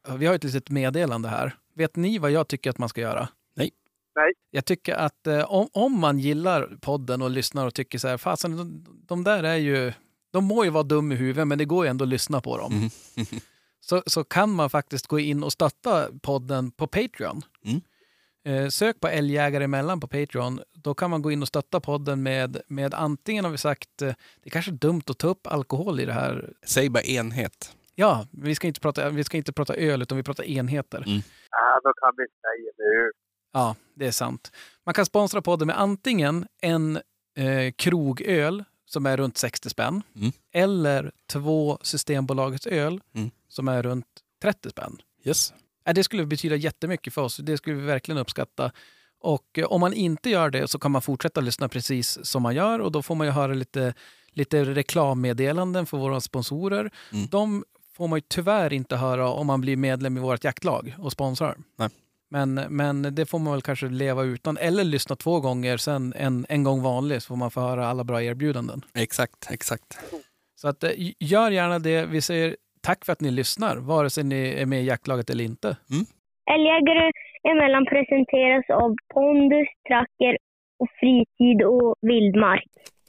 vi har ett litet meddelande här. Vet ni vad jag tycker att man ska göra? Nej. Jag tycker att om man gillar podden och lyssnar och tycker så här, fasen, de där är ju, de må ju vara dum i huvudet, men det går ju ändå att lyssna på dem. Mm. Så kan man faktiskt gå in och stötta podden på Patreon. Sök på Älgjägare emellan på Patreon. Då kan man gå in och stötta podden med antingen, har vi sagt, det är kanske dumt att ta upp alkohol i det här. Säg bara enhet. Ja, vi ska inte prata öl, utan vi pratar enheter. Ja, då kan vi säga det. Ja, det är sant. Man kan sponsra podden med antingen en krogöl som är runt 60 spänn. Eller 2 Systembolagets öl som är runt 30 spänn. Yes. Det skulle betyda jättemycket för oss. Det skulle vi verkligen uppskatta. Och om man inte gör det så kan man fortsätta lyssna precis som man gör. Och då får man ju höra lite reklammeddelanden för våra sponsorer. De får man ju tyvärr inte höra om man blir medlem i vårt jaktlag och sponsrar. Nej. Men det får man väl kanske leva utan. Eller lyssna 2 gånger, sen en gång vanligt, så får man få höra alla bra erbjudanden. Exakt. Så att, gör gärna det. Vi säger tack för att ni lyssnar, vare sig ni är med i jaktlaget eller inte. Älgjägare emellan presenteras av Pondus, Tracker och Fritid och Vildmark.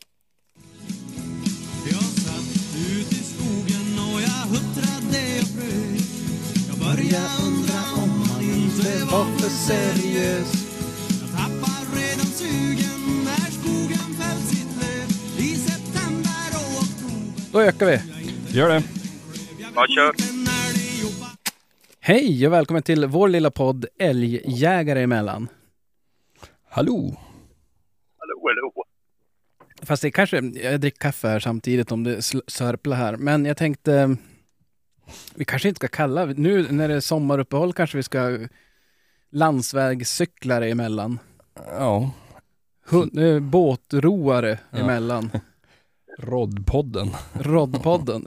Jag satt ut i skogen och jag huttrade och frös. Jag började undra om man inte var för seriös. Jag tappar redan sugen när skogen fällt sitt löv i september och oktober. Då ökar vi. Gör det. Ja, kör. Hej och välkommen till vår lilla podd Älgjägare emellan. Hallå. Fast det kanske, jag dricker kaffe här samtidigt om det sörplar här. Men jag tänkte, vi kanske inte ska kalla, nu när det är sommaruppehåll kanske vi ska landsvägscyklare emellan. Ja. Båtroare emellan. Roddpodden. Roddpodden.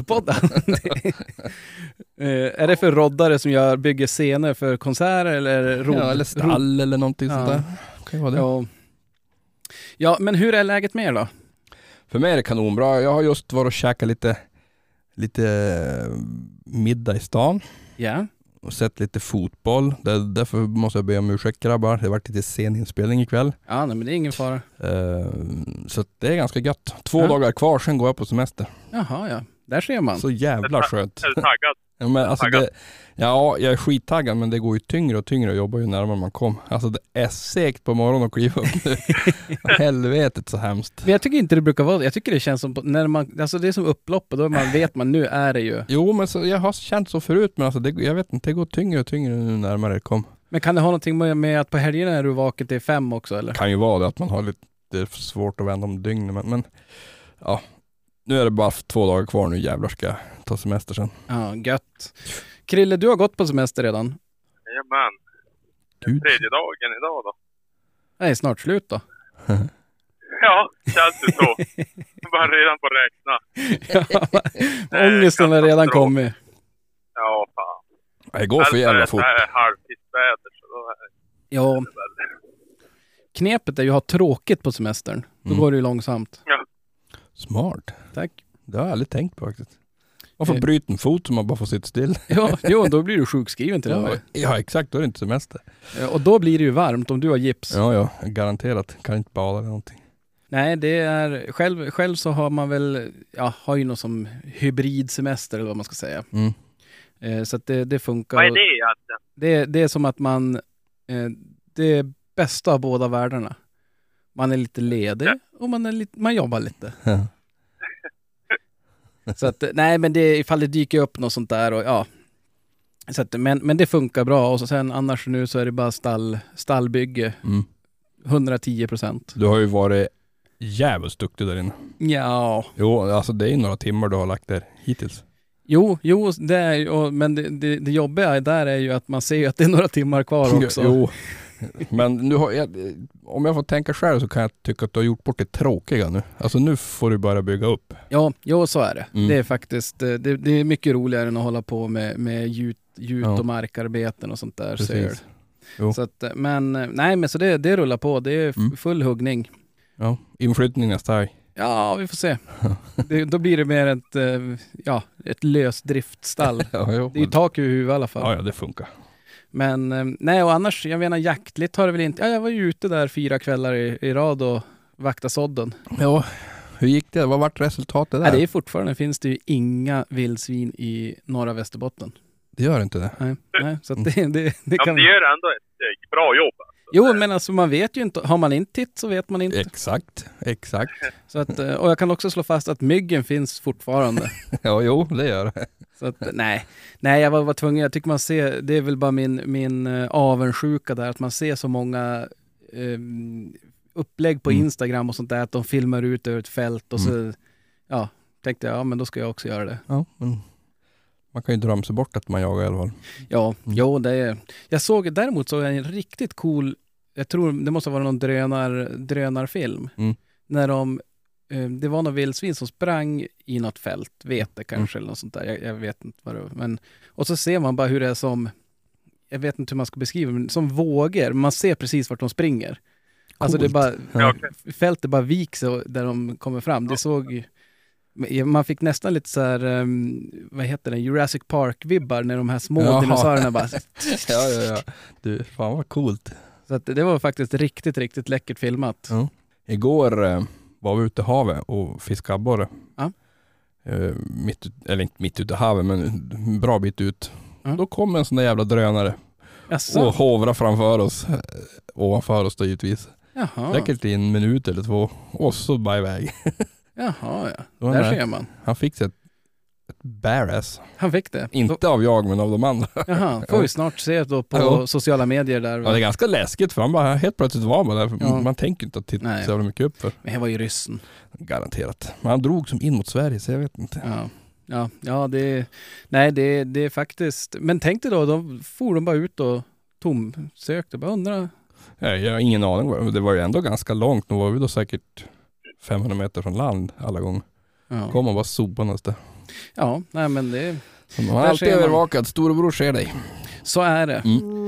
Är det för roddare som bygger scener för konserter eller eller stall eller någonting sånt där. Kan vara det. Ja, men hur är läget med er då? För mig är det kanonbra. Jag har just varit och käkat lite middag i stan. Ja. Och sett lite fotboll. Därför måste jag be om ursäkt, grabbar. Det har varit lite sen inspelning ikväll. Ja, nej, men det är ingen fara. Så det är ganska gött. 2 dagar kvar, sen går jag på semester. Jaha, ja. Där ser man. Så jävla skönt. Är du taggad? Ja, men alltså jag är skittaggad, men det går ju tyngre och tyngre att jobba ju närmare man kom. Alltså det är segt på morgonen att kliva upp nu. Helvetet så hemskt. Men jag tycker inte det brukar vara. Jag tycker det känns som när man, alltså det är som upplopp och då vet man nu är det ju. Jo, men så, jag har känt så förut, men alltså jag vet inte, det går tyngre och tyngre nu närmare det kom. Men kan det ha någonting med att på helgerna är du vaken till 5 också eller? Kan ju vara det att man har lite svårt att vända om dygnet, men ja. Nu är det bara 2 dagar kvar nu, jävlar ska jag ta semester sen. Ja, gött. Krille, du har gått på semester redan? Jajamän. Gud. 3:e dagen idag då. Nej, snart slut då. Ja, känns det så. Bara redan på räkna. Ångesten har redan kommit. Ja, fan. Det går för jävla fort. Det är halvtidsväder så då är Ja. Knepet är ju att ha tråkigt på semestern. Då går det ju långsamt. Ja. Smart. Tack. Det har jag aldrig tänkt på faktiskt. Man får bryta en fot så man bara får sitta still. Ja, då blir du sjukskriven till det. Ja, exakt. Då är det inte semester. Och då blir det ju varmt om du har gips. Ja, garanterat. Kan inte bada eller någonting. Nej, det är... Själv så har man väl... Ja, har ju något som hybridsemester eller vad man ska säga. Så att det funkar. Vad är det alltså? Det är som att man... Det är bästa av båda världarna. Man är lite ledig och man jobbar lite. Så att, nej, men ifall det dyker upp något sånt där och ja. Så att, men det funkar bra och så sen annars nu så är det bara stallbygge. 110%. Du har ju varit jävligt duktig där inne. Ja. Jo, alltså det är några timmar du har lagt där hittills. Jo, det är, men det jobbiga där är ju att man ser ju att det är några timmar kvar också. Jo. Men nu om jag får tänka själv så kan jag tycka att du har gjort bort det tråkiga nu. Alltså nu får du bara bygga upp. Ja, så är det. Det är faktiskt det är mycket roligare än att hålla på med gjut och markarbeten och sånt där. Precis. Så att, men så det rullar på. Det är full huggning. Ja, inflyttning nästa helg. Ja, vi får se. Då blir det mer ett lösdriftstall. Ja, jo, Det är ju tak över huvudet i alla fall. Ja, det funkar. Men nej, och annars, jag menar jaktligt har det väl inte... Ja, jag var ju ute där 4 kvällar i rad och vakta sådden. Ja, hur gick det? Vad vart resultatet där? Nej, det är fortfarande, finns det ju inga vildsvin i norra Västerbotten. Det gör inte det. Nej, så att det kan... Det gör ändå ett bra jobb. Jo, men alltså man vet ju inte. Har man inte titt så vet man inte. Exakt. Så att, och jag kan också slå fast att myggen finns fortfarande. Ja, jo, det gör det. Så att, nej, jag var tvungen. Jag tycker man ser, det är väl bara min avundsjuka där, att man ser så många upplägg på Instagram och sånt där, att de filmar ut över ett fält och så tänkte jag, men då ska jag också göra det. Ja, men man kan ju drömma sig bort att man jagar i alla fall. Ja, jo, det är... Däremot såg jag en riktigt cool, jag tror det måste vara någon drönarfilm. När det var någon vildsvin som sprang i något fält, vete kanske eller något sånt där. Jag vet inte vad det var. Men, och så ser man bara hur det är som, jag vet inte hur man ska beskriva, men som vågor. Man ser precis vart de springer. Coolt. Alltså det är bara, fältet bara viks där de kommer fram. Det såg... Man fick nästan lite så här, vad heter det, Jurassic Park-vibbar när de här små dinosaurierna bara... Ja. Du, fan vad coolt. Så att det var faktiskt riktigt, riktigt läckert filmat. Ja. Igår var vi ute i havet och fiskade abborre. Ja. Inte mitt ute i havet, men en bra bit ut. Ja. Då kom en sån där jävla drönare. Jaså? Och hovra framför oss. Ovanför oss då givetvis. Jaha. Säkert i 1 minut eller 2. Och så bara iväg. Jaha, ja. Där ser man. Han fick ett badass. Han fick det? Inte av jag, men av de andra. Jaha, får vi snart se då på sociala medier där. Ja, det är ganska läskigt för han bara helt plötsligt var man där. Ja. Man tänker inte att titta så mycket upp för. Men jag var ju ryssen. Garanterat. Men han drog som in mot Sverige, så jag vet inte. Ja, det är faktiskt... Men tänk dig då for de bara ut och tomsökte. Bara undra. Jag har ingen aning. Det var ju ändå ganska långt. Nu var vi då säkert 500 meter från land alla gånger. Ja. Kom och bara sopandes där. Ja, nej men det... Man har alltid övervakat. Storebror ser dig. Så är det.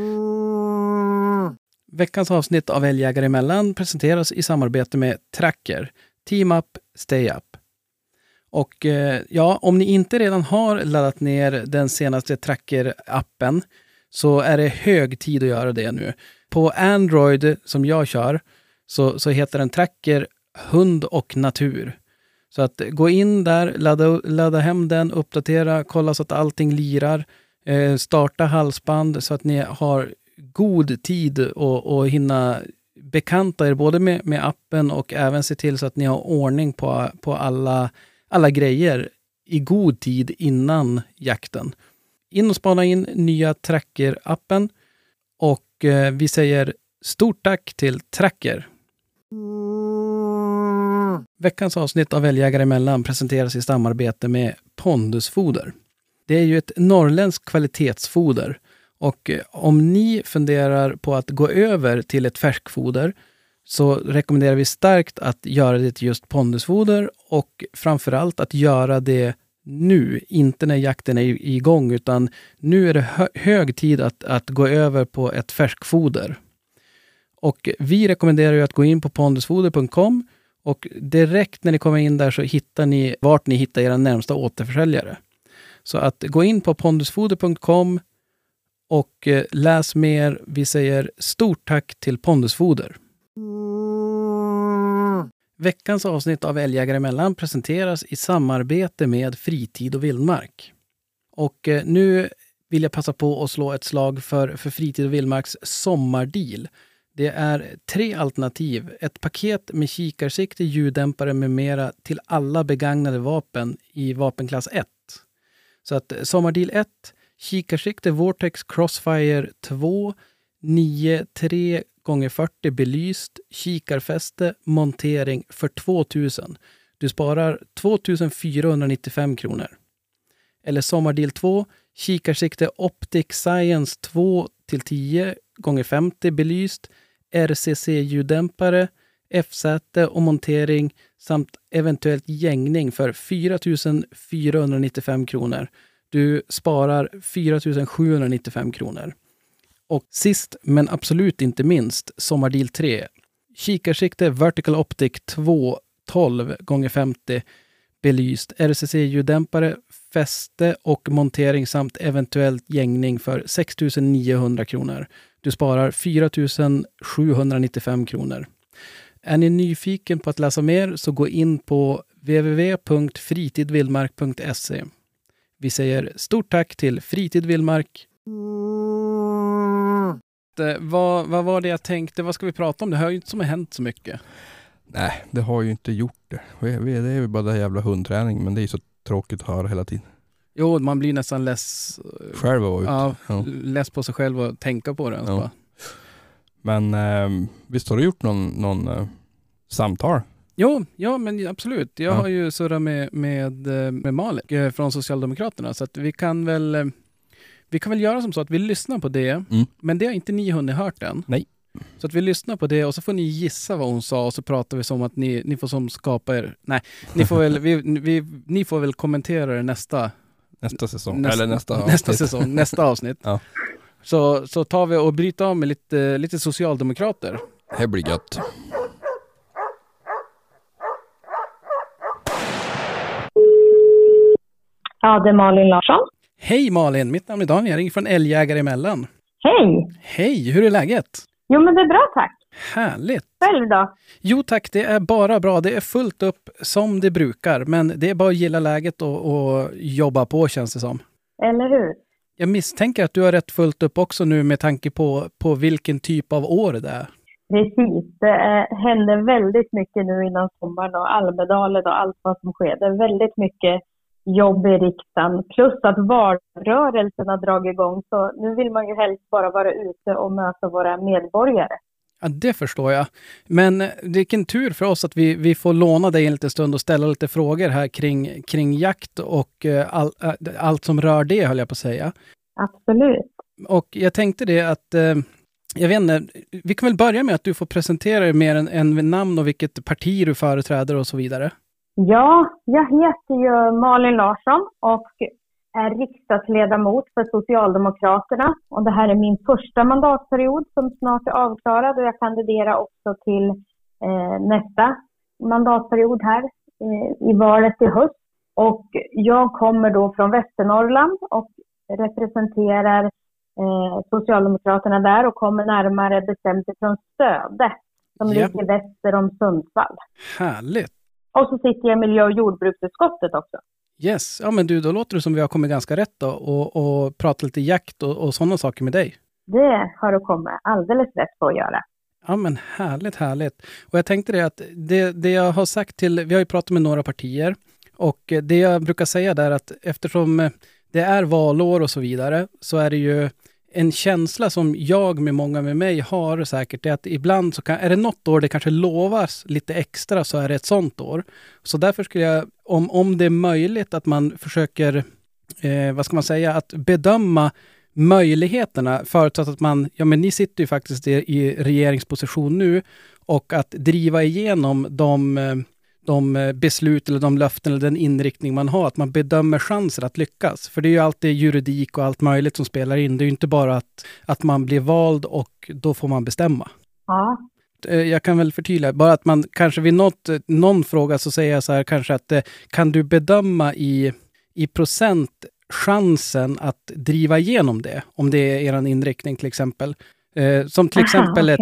Veckans avsnitt av Älgjägare emellan presenteras i samarbete med Tracker. Team Up, Stay Up. Och om ni inte redan har laddat ner den senaste Tracker-appen så är det hög tid att göra det nu. På Android som jag kör så heter den Tracker Hund och Natur. Så att gå in där, ladda hem den, uppdatera, kolla så att allting lirar. Starta halsband så att ni har god tid och hinna bekanta er både med appen och även se till så att ni har ordning på alla grejer i god tid innan jakten. In och spana in nya Tracker-appen och vi säger stort tack till Tracker. Veckans avsnitt av Älgjägare emellan presenteras i samarbete med Pondusfoder. Det är ju ett norrländskt kvalitetsfoder och om ni funderar på att gå över till ett färskfoder så rekommenderar vi starkt att göra det till just pondusfoder och framförallt att göra det nu, inte när jakten är igång, utan nu är det hög tid att gå över på ett färskfoder. Och vi rekommenderar ju att gå in på pondusfoder.com och direkt när ni kommer in där så hittar ni vart ni hittar era närmsta återförsäljare. Så att gå in på pondusfoder.com och läs mer. Vi säger stort tack till Pondusfoder. Veckans avsnitt av Älgjägare emellan presenteras i samarbete med Fritid och Vildmark. Och nu vill jag passa på att slå ett slag för Fritid och Vildmarks sommardeal. Det är 3 alternativ. Ett paket med kikarsikte, ljuddämpare med mera till alla begagnade vapen i vapenklass 1. Så att sommardeal 1, kikarsikte Vortex Crossfire 2, 9-3 x 40 belyst, kikarfäste, montering för 2000. Du sparar 2495 kronor. Eller sommardeal 2, kikarsikte Optic Science 2-10 x 50 belyst, RCC-ljuddämpare, F-säte och montering samt eventuellt gängning för 4495 kronor. Du sparar 4795 kronor. Och sist men absolut inte minst, sommardeal 3. Kikarsikte Vertical Optic 2 12 gånger 50 belyst. RCC-ljuddämpare, fäste och montering samt eventuellt gängning för 6 900 kronor. Du sparar 4 795 kronor. Är ni nyfiken på att läsa mer så gå in på www.fritidvildmark.se. Vi säger stort tack till Fritid Vildmark. Vad var det jag tänkte? Vad ska vi prata om? Det har ju inte som har hänt så mycket. Nej, det har ju inte gjort det. Det är ju bara det jävla hundträning, men det är så tråkigt att höra hela tiden. Jo, man blir nästan less. Själv var ute. Ja, less på sig själv och tänka på det. Ens bara. Men visst har du gjort någon samtal? Jo, ja men absolut. Jag har ju surrat med Malin från Socialdemokraterna, så att vi kan väl göra som så att vi lyssnar på det, men det har inte ni hunnit hört än. Nej. Så att vi lyssnar på det och så får ni gissa vad hon sa och så pratar vi som att ni får som skapa er. Nej, ni får väl ni får väl kommentera det nästa säsong eller nästa avsnitt. Ja. Så tar vi och bryter av med lite socialdemokrater. Det blir gött. Ja, det är Malin Larsson. Hej Malin, mitt namn är Daniel, jag ringer från Älgjägare emellan. Hej! Hej, hur är läget? Jo, men det är bra, tack. Härligt. Själv då? Jo tack, det är bara bra. Det är fullt upp som det brukar, men det är bara att gilla läget och jobba på, känns det som. Eller hur? Jag misstänker att du har rätt fullt upp också nu med tanke på vilken typ av år det är. Precis, det händer väldigt mycket nu innan sommaren och Almedalen och allt vad som sker. Det är väldigt mycket jobb i riksdagen, plus att valrörelsen har dragit igång. Så nu vill man ju helst bara vara ute och möta våra medborgare. Ja, det förstår jag. Men vilken tur för oss att vi får låna dig en liten stund och ställa lite frågor här kring jakt och allt som rör det, höll jag på att säga. Absolut. Och jag tänkte det att, jag vet inte, vi kan väl börja med att du får presentera dig mer än namn och vilket parti du företräder och så vidare. Ja, jag heter ju Malin Larsson och är riksdagsledamot för Socialdemokraterna. Och det här är min första mandatperiod som snart är avklarad och jag kandiderar också till nästa mandatperiod här i valet i höst. Och jag kommer då från Västernorrland och representerar Socialdemokraterna där och kommer närmare bestämt från Stöde som ligger väster om Sundsvall. Härligt! Och så sitter jag i miljö- och jordbruksutskottet också. Yes, ja men du, då låter det som vi har kommit ganska rätt då och pratat lite jakt och sådana saker med dig. Det har du kommit alldeles rätt på att göra. Ja men härligt. Och jag tänkte det att det jag har sagt till, vi har ju pratat med några partier och det jag brukar säga där att eftersom det är valår och så vidare så är det ju en känsla som jag med många med mig har säkert är att ibland så är det något år det kanske lovas lite extra så är det ett sånt år. Så därför skulle jag, om det är möjligt att man försöker, vad ska man säga, att bedöma möjligheterna förutsatt att man, ja men ni sitter ju faktiskt i regeringsposition nu och att driva igenom de beslut eller de löften eller den inriktning man har, att man bedömer chanser att lyckas. För det är ju alltid juridik och allt möjligt som spelar in. Det är ju inte bara att man blir vald och då får man bestämma. Ja. Jag kan väl förtydliga, bara att man kanske vid någon fråga så säger jag så här kanske att kan du bedöma i procent chansen att driva igenom det? Om det är er inriktning till exempel. Som till exempel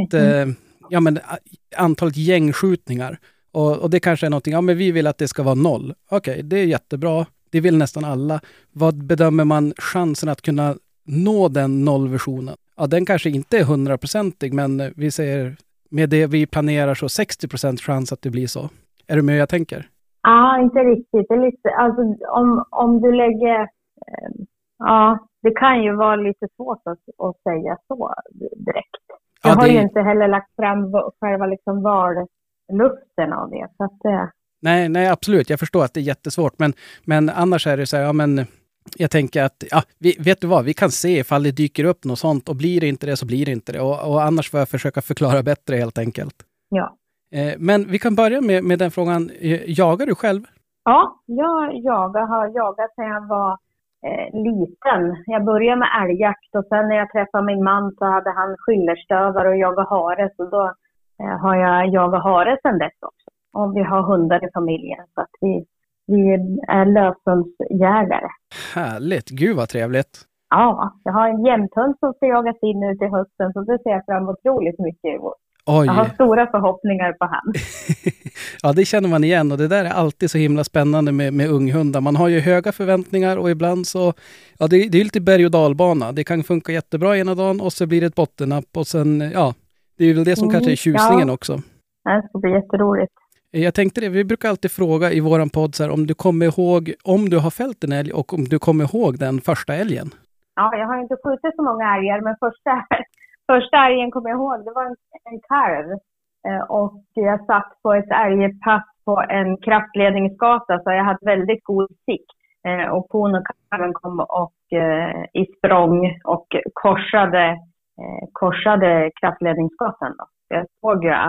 antalet gängskjutningar. Och det kanske är någonting, ja men vi vill att det ska vara 0. Okej, det är jättebra. Det vill nästan alla. Vad bedömer man chansen att kunna nå den nollvisionen? Ja, den kanske inte är 100%, men vi säger med det vi planerar så 60% chans att det blir så. Är du med hur jag tänker? Ja, inte riktigt. Det är lite, alltså, om du lägger... det kan ju vara lite svårt att säga så direkt. Jag har ju inte heller lagt fram själva liksom luften av det. Så att, Nej, absolut. Jag förstår att det är jättesvårt. Men annars är det så här, ja men jag tänker att, vet du vad, vi kan se ifall det dyker upp något sånt och blir det inte det så blir det inte det. Och annars får jag försöka förklara bättre helt enkelt. Ja. Men vi kan börja med den frågan. Jagar du själv? Ja, jag har jagat sedan jag var liten. Jag började med älgjakt och sen när jag träffade min man så hade han skillerstövare och jagade hare. Så då har jag jagat hare sedan dess också. och vi har hundar i familjen. Så att vi är löshundsjägare. Härligt, gud vad trevligt. Ja, jag har en jämthund som ska jagas in nu till hösten, så det ser jag fram emot otroligt mycket i år. Oj. Jag har stora förhoppningar på han. Ja, det känner man igen och det där är alltid så himla spännande med unghundar. Man har ju höga förväntningar och ibland så, ja det är lite berg- och dalbana. Det kan funka jättebra ena dagen och så blir det ett bottennapp och sen, ja, det är väl det som kanske är tjusningen också. Det ska bli jätteroligt. Jag tänkte det, vi brukar alltid fråga i våran podd så här, om du kommer ihåg, om du har fällt en älg och om du kommer ihåg den första älgen. Ja, jag har inte skjutit så många älgar, men första älgen kommer jag ihåg, det var en kalv. Och jag satt på ett älgpass på en kraftledningsgata, så jag hade väldigt god sikt. Och kon och kalven kom och i språng och korsade kraftledningsgatan då. Jag såg ju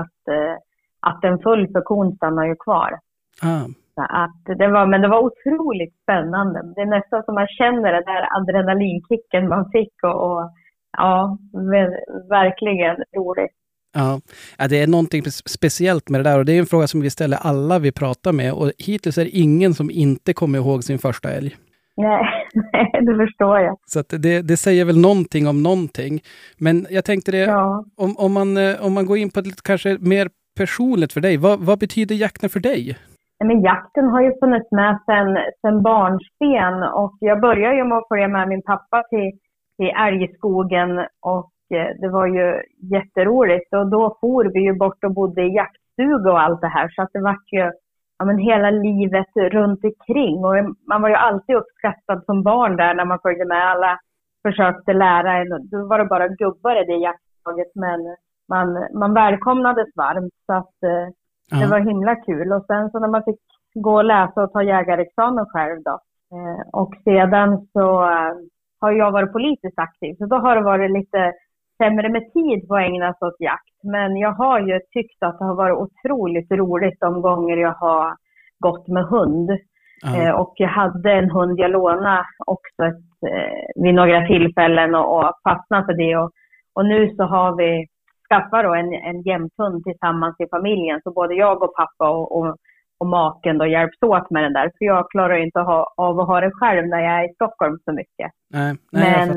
att den full för kon stannar ju kvar. Så att men det var otroligt spännande. Det är nästan som man känner den där adrenalinkicken man fick och ja, verkligen roligt. Ja, det är någonting speciellt med det där och det är en fråga som vi ställer alla vi pratar med och hittills är det ingen som inte kommer ihåg sin första älg. Nej, det förstår jag. Så att det säger väl någonting om någonting. Men jag tänkte det, ja. om man går in på det kanske mer personligt för dig, vad betyder jakten för dig? Men jakten har ju funnits med sen barnsben och jag började ju med att följa med min pappa till älgskogen och det var ju jätteroligt och då for vi ju bort och bodde i jaktstuga och allt det här så att det var ju hela livet runt omkring och man var ju alltid uppskattad som barn där när man följde med. Alla försökte lära en, då var det bara gubbar i det jaktlaget men man välkomnades varmt så att det var himla kul och sen så när man fick gå och läsa och ta jägarexamen själv då och sedan så har jag varit politiskt aktiv så då har det varit lite sämre med tid på att ägna sig åt jakt. Men jag har ju tyckt att det har varit otroligt roligt de gånger jag har gått med hund. Och jag hade en hund jag lånade också vid några tillfällen och fastnade för det. Och nu så har vi skaffat då en jämthund tillsammans i familjen. Så både jag och pappa och maken då hjälps åt med den där. För jag klarar ju inte av att ha det själv när jag är i Stockholm så mycket. Nej, men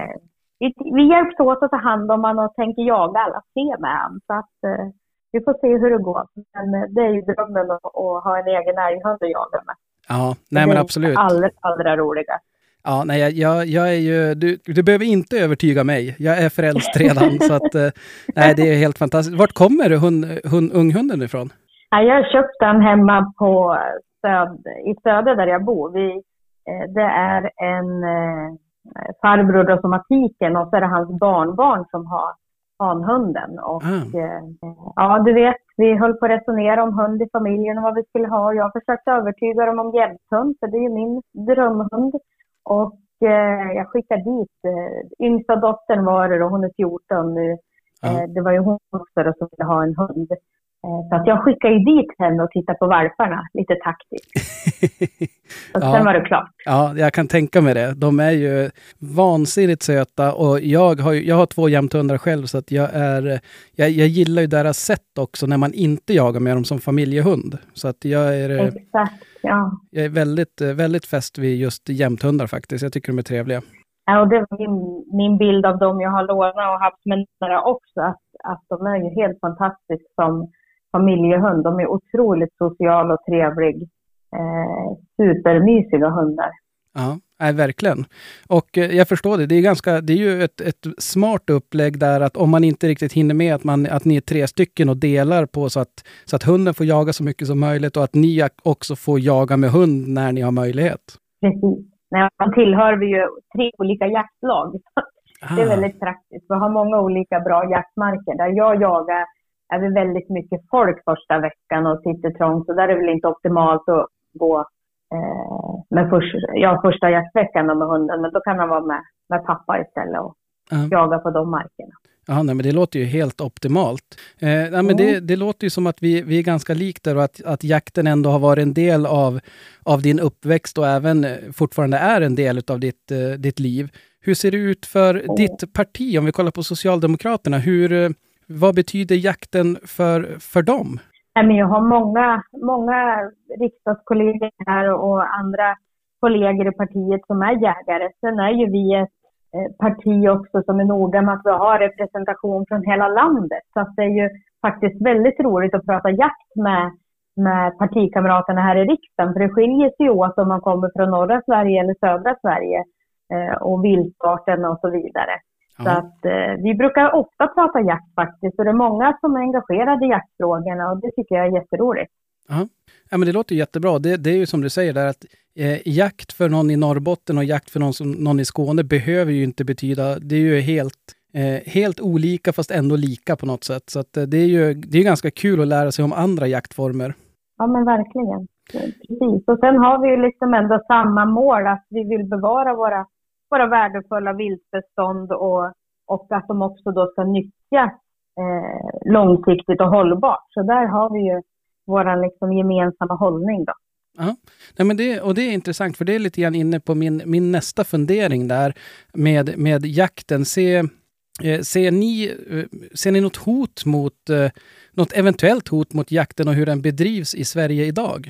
vi hjälps åt att ta hand om man och tänker jaga alla se med han. Så att vi får se hur det går. Men det är ju drömmen att ha en egen älghund att jaga med. Ja, nej men absolut. Allra roliga. Ja, nej, jag är ju, du behöver inte övertyga mig. Jag är frälst redan så att nej, det är helt fantastiskt. Vart kommer unghunden ifrån? Ja, jag har köpt den hemma i Söder där jag bor. Det är en farbror som har tiken och så är det hans barnbarn som har hanhunden. Och ja, du vet, vi höll på att resonera om hund i familjen och vad vi skulle ha. Jag försökte övertyga dem om jämthund, för det är ju min drömhund. Och jag skickade dit, yngsta dottern var det och hon är 14 nu. Det var ju hon också som ville ha en hund. Så att jag skickade ju dit henne och tittade på valparna, lite taktiskt. Och sen var det klart. Ja, jag kan tänka mig det. De är ju vansinnigt söta och jag har 2 jämthundar själv så att jag gillar ju deras sätt också när man inte jagar med dem som familjehund. Så att jag är väldigt, väldigt fäst vid just jämthundar faktiskt. Jag tycker de är trevliga. Ja, och det var min bild av dem jag har lånat och haft med några också. Att de är ju helt fantastiska som familjehund. De är otroligt sociala och trevlig. Supermysiga hundar. Ja, verkligen. Och jag förstår det. Det är ju ett smart upplägg där att om man inte riktigt hinner med att ni är 3 stycken och delar på så att hunden får jaga så mycket som möjligt och att ni också får jaga med hund när ni har möjlighet. Precis. Man tillhör vi ju 3 olika jaktlag. Det är väldigt praktiskt. Vi har många olika bra jaktmarker. Där jag jagar är vi väldigt mycket folk första veckan och sitter trångt. Så där är det väl inte optimalt att gå med första jaktveckan med hunden. Men då kan han vara med pappa istället och jaga på de markerna. Ja, nej, men det låter ju helt optimalt. Men det låter ju som att vi är ganska lika där och att jakten ändå har varit en del av din uppväxt och även fortfarande är en del av ditt liv. Hur ser det ut för ditt parti om vi kollar på Socialdemokraterna? Vad betyder jakten för dem? Men jag har många riksdagskollegor här och andra kollegor i partiet som är jägare. Sen är ju vi ett parti också som är noga med att vi har representation från hela landet. Så att det är ju faktiskt väldigt roligt att prata jakt med partikamraterna här i riksdagen. För det skiljer sig åt om man kommer från norra Sverige eller södra Sverige och viltarten och så vidare. Ja. Så att vi brukar ofta prata jakt faktiskt. Och det är många som är engagerade i jaktfrågorna och det tycker jag är jätteroligt. Aha. Ja, men det låter jättebra. Det är ju som du säger där att jakt för någon i Norrbotten och jakt för någon i Skåne behöver ju inte betyda, det är ju helt olika fast ändå lika på något sätt. Så att det är ju ganska kul att lära sig om andra jaktformer. Ja men verkligen. Precis. Och sen har vi ju liksom ändå samma mål att vi vill bevara våra värdefulla viltbestånd och att de också då ska nyttjas långsiktigt och hållbart. Så där har vi ju vår liksom gemensamma hållning då. Ja. Nej, men det är intressant för det är lite grann inne på min nästa fundering där med jakten. Ser ni något hot något eventuellt hot mot jakten och hur den bedrivs i Sverige idag?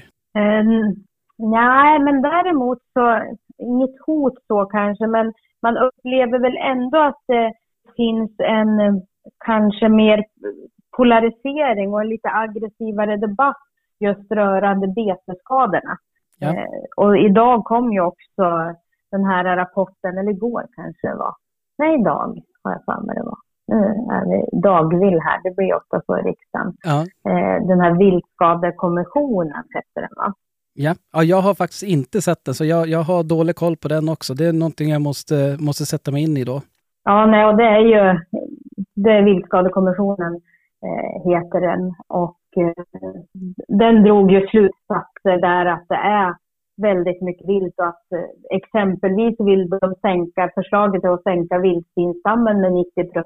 Nej, men däremot så inget hot så kanske, men man upplever väl ändå att det finns en kanske mer polarisering och en lite aggressivare debatt just rörande betesskadorna. Ja. Och idag kom ju också den här rapporten, eller igår kanske det var. Nej, idag har jag för mig det var. Nu är vi dagvill här, det blir ofta så i riksdagen. Ja. Den här viltskadekommissionen heter den va? Ja, jag har faktiskt inte sett den så jag har dålig koll på den också. Det är någonting jag måste sätta mig in i då. Ja, nej, och det är viltskadekommissionen heter den och den drog ju slutsatser där att det är väldigt mycket vilt och att exempelvis vill de förslaget att sänka vildsvinsstammen med 90%.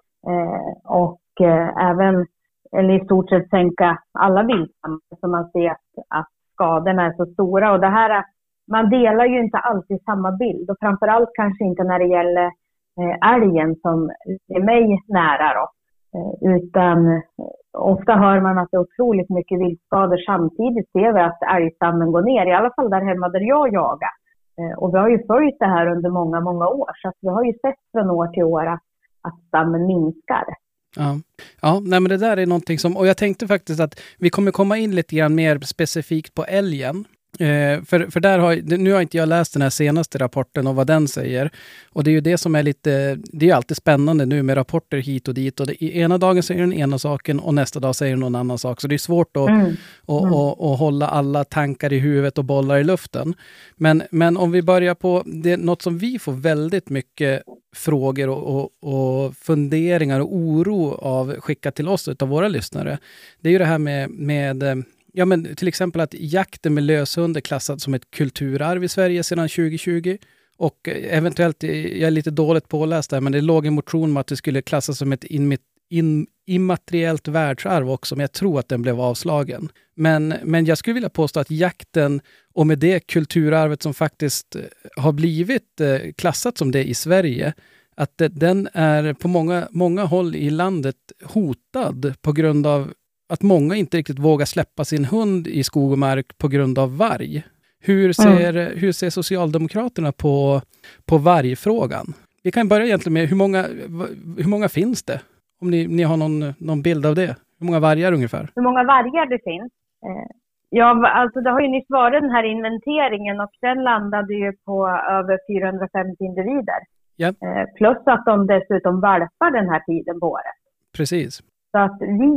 Och även, eller i stort sett sänka alla viltstammar så man ser att skadorna är så stora. Och det här, man delar ju inte alltid samma bild och framförallt kanske inte när det gäller älgen som är mig nära då. Utan ofta hör man att det är otroligt mycket viltskador. Samtidigt ser vi att älgstammen går ner, i alla fall där hemma där jag jagar. Och vi har ju följt det här under många, många år. Så att vi har ju sett från år till år att stammen minskar. Ja, nej, men det där är någonting som, och jag tänkte faktiskt att vi kommer komma in lite grann mer specifikt på älgen. För där nu har inte jag läst den här senaste rapporten och vad den säger. Och det är ju det som är lite, det är alltid spännande nu med rapporter hit och dit. Och ena dagen säger den ena saken och nästa dag säger den någon annan sak. Så det är svårt att hålla alla tankar i huvudet och bollar i luften. Men om vi börjar på det, något som vi får väldigt mycket frågor och funderingar och oro av skickat till oss av våra lyssnare. Det är ju det här med ja, men till exempel att jakten med löshund är klassad som ett kulturarv i Sverige sedan 2020. Och eventuellt, jag är lite dåligt påläst där, men det låg en motion om att det skulle klassas som ett immateriellt världsarv också, men jag tror att den blev avslagen. Men jag skulle vilja påstå att jakten och med det kulturarvet som faktiskt har blivit klassat som det i Sverige, att den är på många håll i landet hotad på grund av att många inte riktigt vågar släppa sin hund i skog och mark på grund av varg. Hur ser Socialdemokraterna på vargfrågan? Vi kan börja egentligen med hur många finns det? Om ni har någon bild av det. Hur många vargar ungefär? Hur många vargar det finns? Ja, alltså det har ju nyss varit den här inventeringen och den landade ju på över 450 individer. Ja. Plus att de dessutom valpar den här tiden på året. Precis. Så att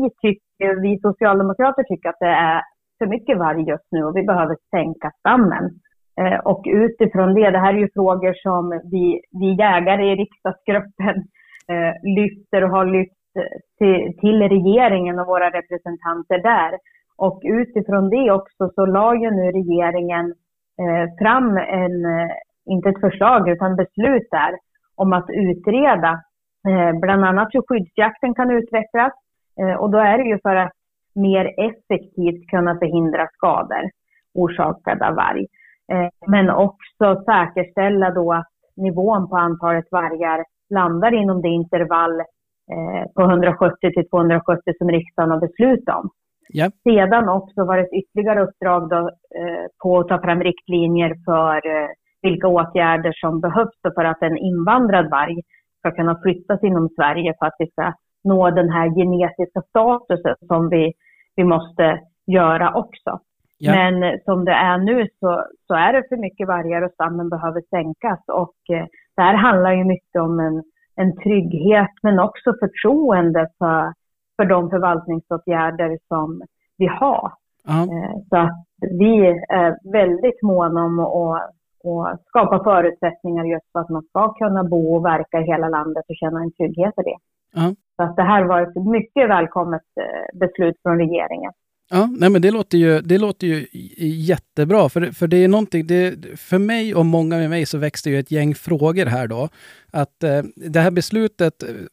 vi socialdemokrater tycker att det är för mycket varg just nu och vi behöver sänka stammen. Och utifrån det här är ju frågor som vi jägare i riksdagsgruppen lyfter och har lyft till regeringen och våra representanter där. Och utifrån det också så la ju nu regeringen fram inte ett förslag utan beslut där om att utreda bland annat hur skyddsjakten kan utvecklas. Och då är det ju för att mer effektivt kunna förhindra skador orsakade av varg. Men också säkerställa då att nivån på antalet vargar landar inom det intervall på 170 till 270 som riksdagen har beslutat om. Ja. Sedan också var det ett ytterligare uppdrag då, på att ta fram riktlinjer för vilka åtgärder som behövs för att en invandrad varg ska kunna flyttas inom Sverige för att vi ska nå den här genetiska statusen som vi måste göra också. Ja. Men som det är nu så är det för mycket vargar och stammen behöver sänkas. Och det här handlar ju mycket om en trygghet men också förtroende för de förvaltningsåtgärder som vi har. Så att vi är väldigt måna om att skapa förutsättningar just för att man ska kunna bo och verka i hela landet och känna en trygghet i det. Så att det här var ett mycket välkommet beslut från regeringen. Ja, nej men det låter ju jättebra, för det är någonting, för mig och många med mig så växte ju ett gäng frågor här då. Att det här beslutet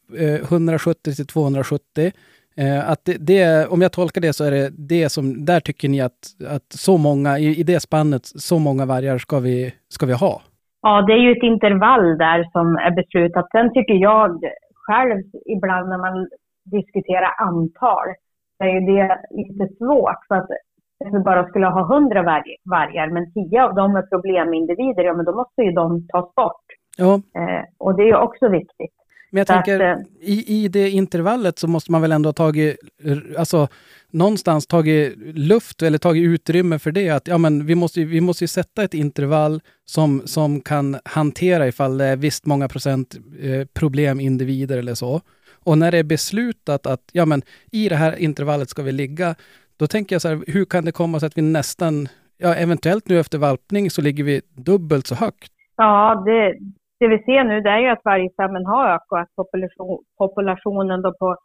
170 till 270, att det, om jag tolkar det så är det som, där tycker ni att så många, i det spannet, så många vargar ska vi ha? Ja, det är ju ett intervall där som är beslutat. Sen tycker jag själv ibland när man diskuterar antal, är ju det lite svårt, för att vi bara skulle ha 100 vargar, men 10 av dem är problemindivider, ja men då måste ju de tas bort. Ja. Och det är ju också viktigt. Men jag tänker, i det intervallet så måste man väl ändå ha tagit, alltså någonstans tagit luft eller tagit utrymme för det, att ja men vi måste ju sätta ett intervall som kan hantera ifall det är visst många procent problemindivider eller så. Och när det är beslutat att ja men i det här intervallet ska vi ligga, då tänker jag så här, hur kan det komma sig att vi nästan, ja eventuellt nu efter valpning så ligger vi dubbelt så högt? Ja, det vi ser nu det är ju att vargstammen har ökat, populationen då på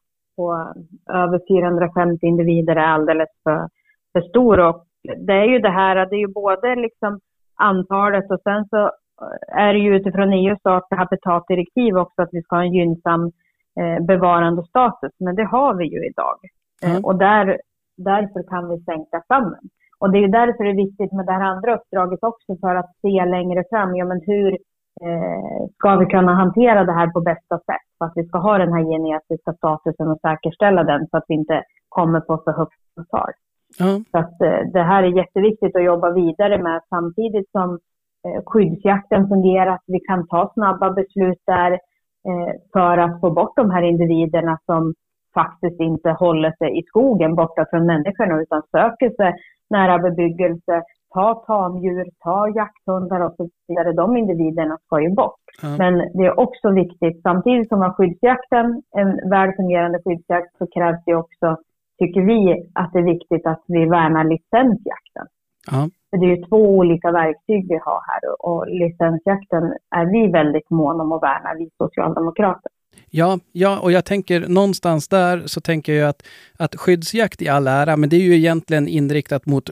över 450 individer är alldeles för stor. Och det är ju det här, det är ju både liksom antalet och sen så är det ju utifrån EU:s art- och habitatdirektiv också att vi ska ha en gynnsam bevarande status, men det har vi ju idag. Och därför kan vi sänka stammen. Och det är ju därför det är viktigt med det här andra uppdraget också, för att se längre fram, ja men hur ska vi kunna hantera det här på bästa sätt för att vi ska ha den här genetiska statusen och säkerställa den så att vi inte kommer på för högt antal. Så att det här är jätteviktigt att jobba vidare med, samtidigt som skyddsjakten fungerar, att vi kan ta snabba beslut där för att få bort de här individerna som faktiskt inte håller sig i skogen borta från människorna utan söker sig nära bebyggelse, ta tamdjur, ta jakthundar och så vidare. De individerna ska ju bort. Men det är också viktigt, samtidigt som har skyddsjakten, en väl fungerande skyddsjakt, så krävs det också, tycker vi, att det är viktigt att vi värnar licensjakten. För det är ju 2 olika verktyg vi har här, och licensjakten är vi väldigt måna om att värna, vi socialdemokrater. Ja, och jag tänker någonstans där så tänker jag att skyddsjakt i all ära, men det är ju egentligen inriktat mot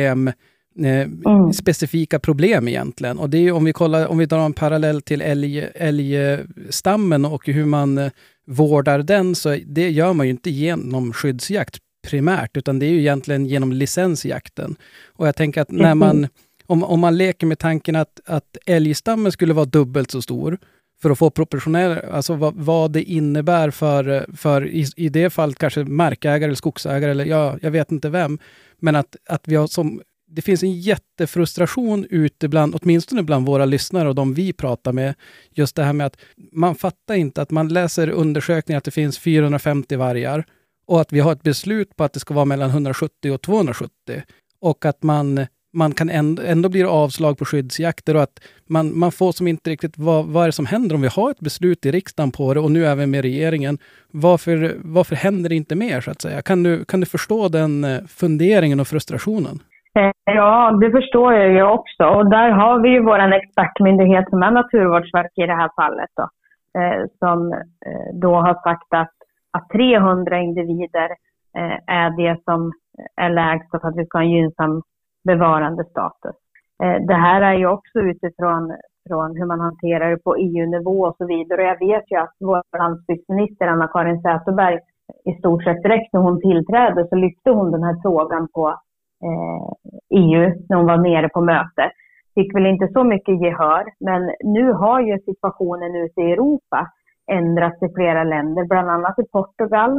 specifika problem egentligen. Och det är ju, om vi drar en parallell till älgstammen och hur man vårdar den, så det gör man ju inte genom skyddsjakt primärt, utan det är ju egentligen genom licensjakten. Och jag tänker att när om man leker med tanken att älgstammen skulle vara dubbelt så stor för att få proportionell, alltså vad det innebär för i det fallet kanske markägare eller skogsägare eller jag vet inte vem, men att vi har det finns en jättefrustration ute åtminstone bland våra lyssnare och de vi pratar med, just det här med att man fattar inte att man läser undersökningar att det finns 450 vargar och att vi har ett beslut på att det ska vara mellan 170 och 270 och att man kan ändå blir avslag på skyddsjakter och att man får som inte riktigt vad är det som händer om vi har ett beslut i riksdagen på det och nu även med regeringen. Varför händer det inte mer så att säga? Kan du förstå den funderingen och frustrationen? Ja, det förstår jag ju också. Och där har vi ju vår expertmyndighet som är Naturvårdsverket i det här fallet då, som då har sagt att 300 individer är det som är lägst för att vi ska ha en gynnsam bevarande status. Det här är ju också utifrån hur man hanterar det på EU-nivå och så vidare. Och jag vet ju att vår landsbygdsminister Anna-Karin Säterberg i stort sett direkt när hon tillträdde så lyfte hon den här frågan på EU när hon var nere på möte. Fick väl inte så mycket gehör, men nu har ju situationen ute i Europa ändrats i flera länder, bland annat i Portugal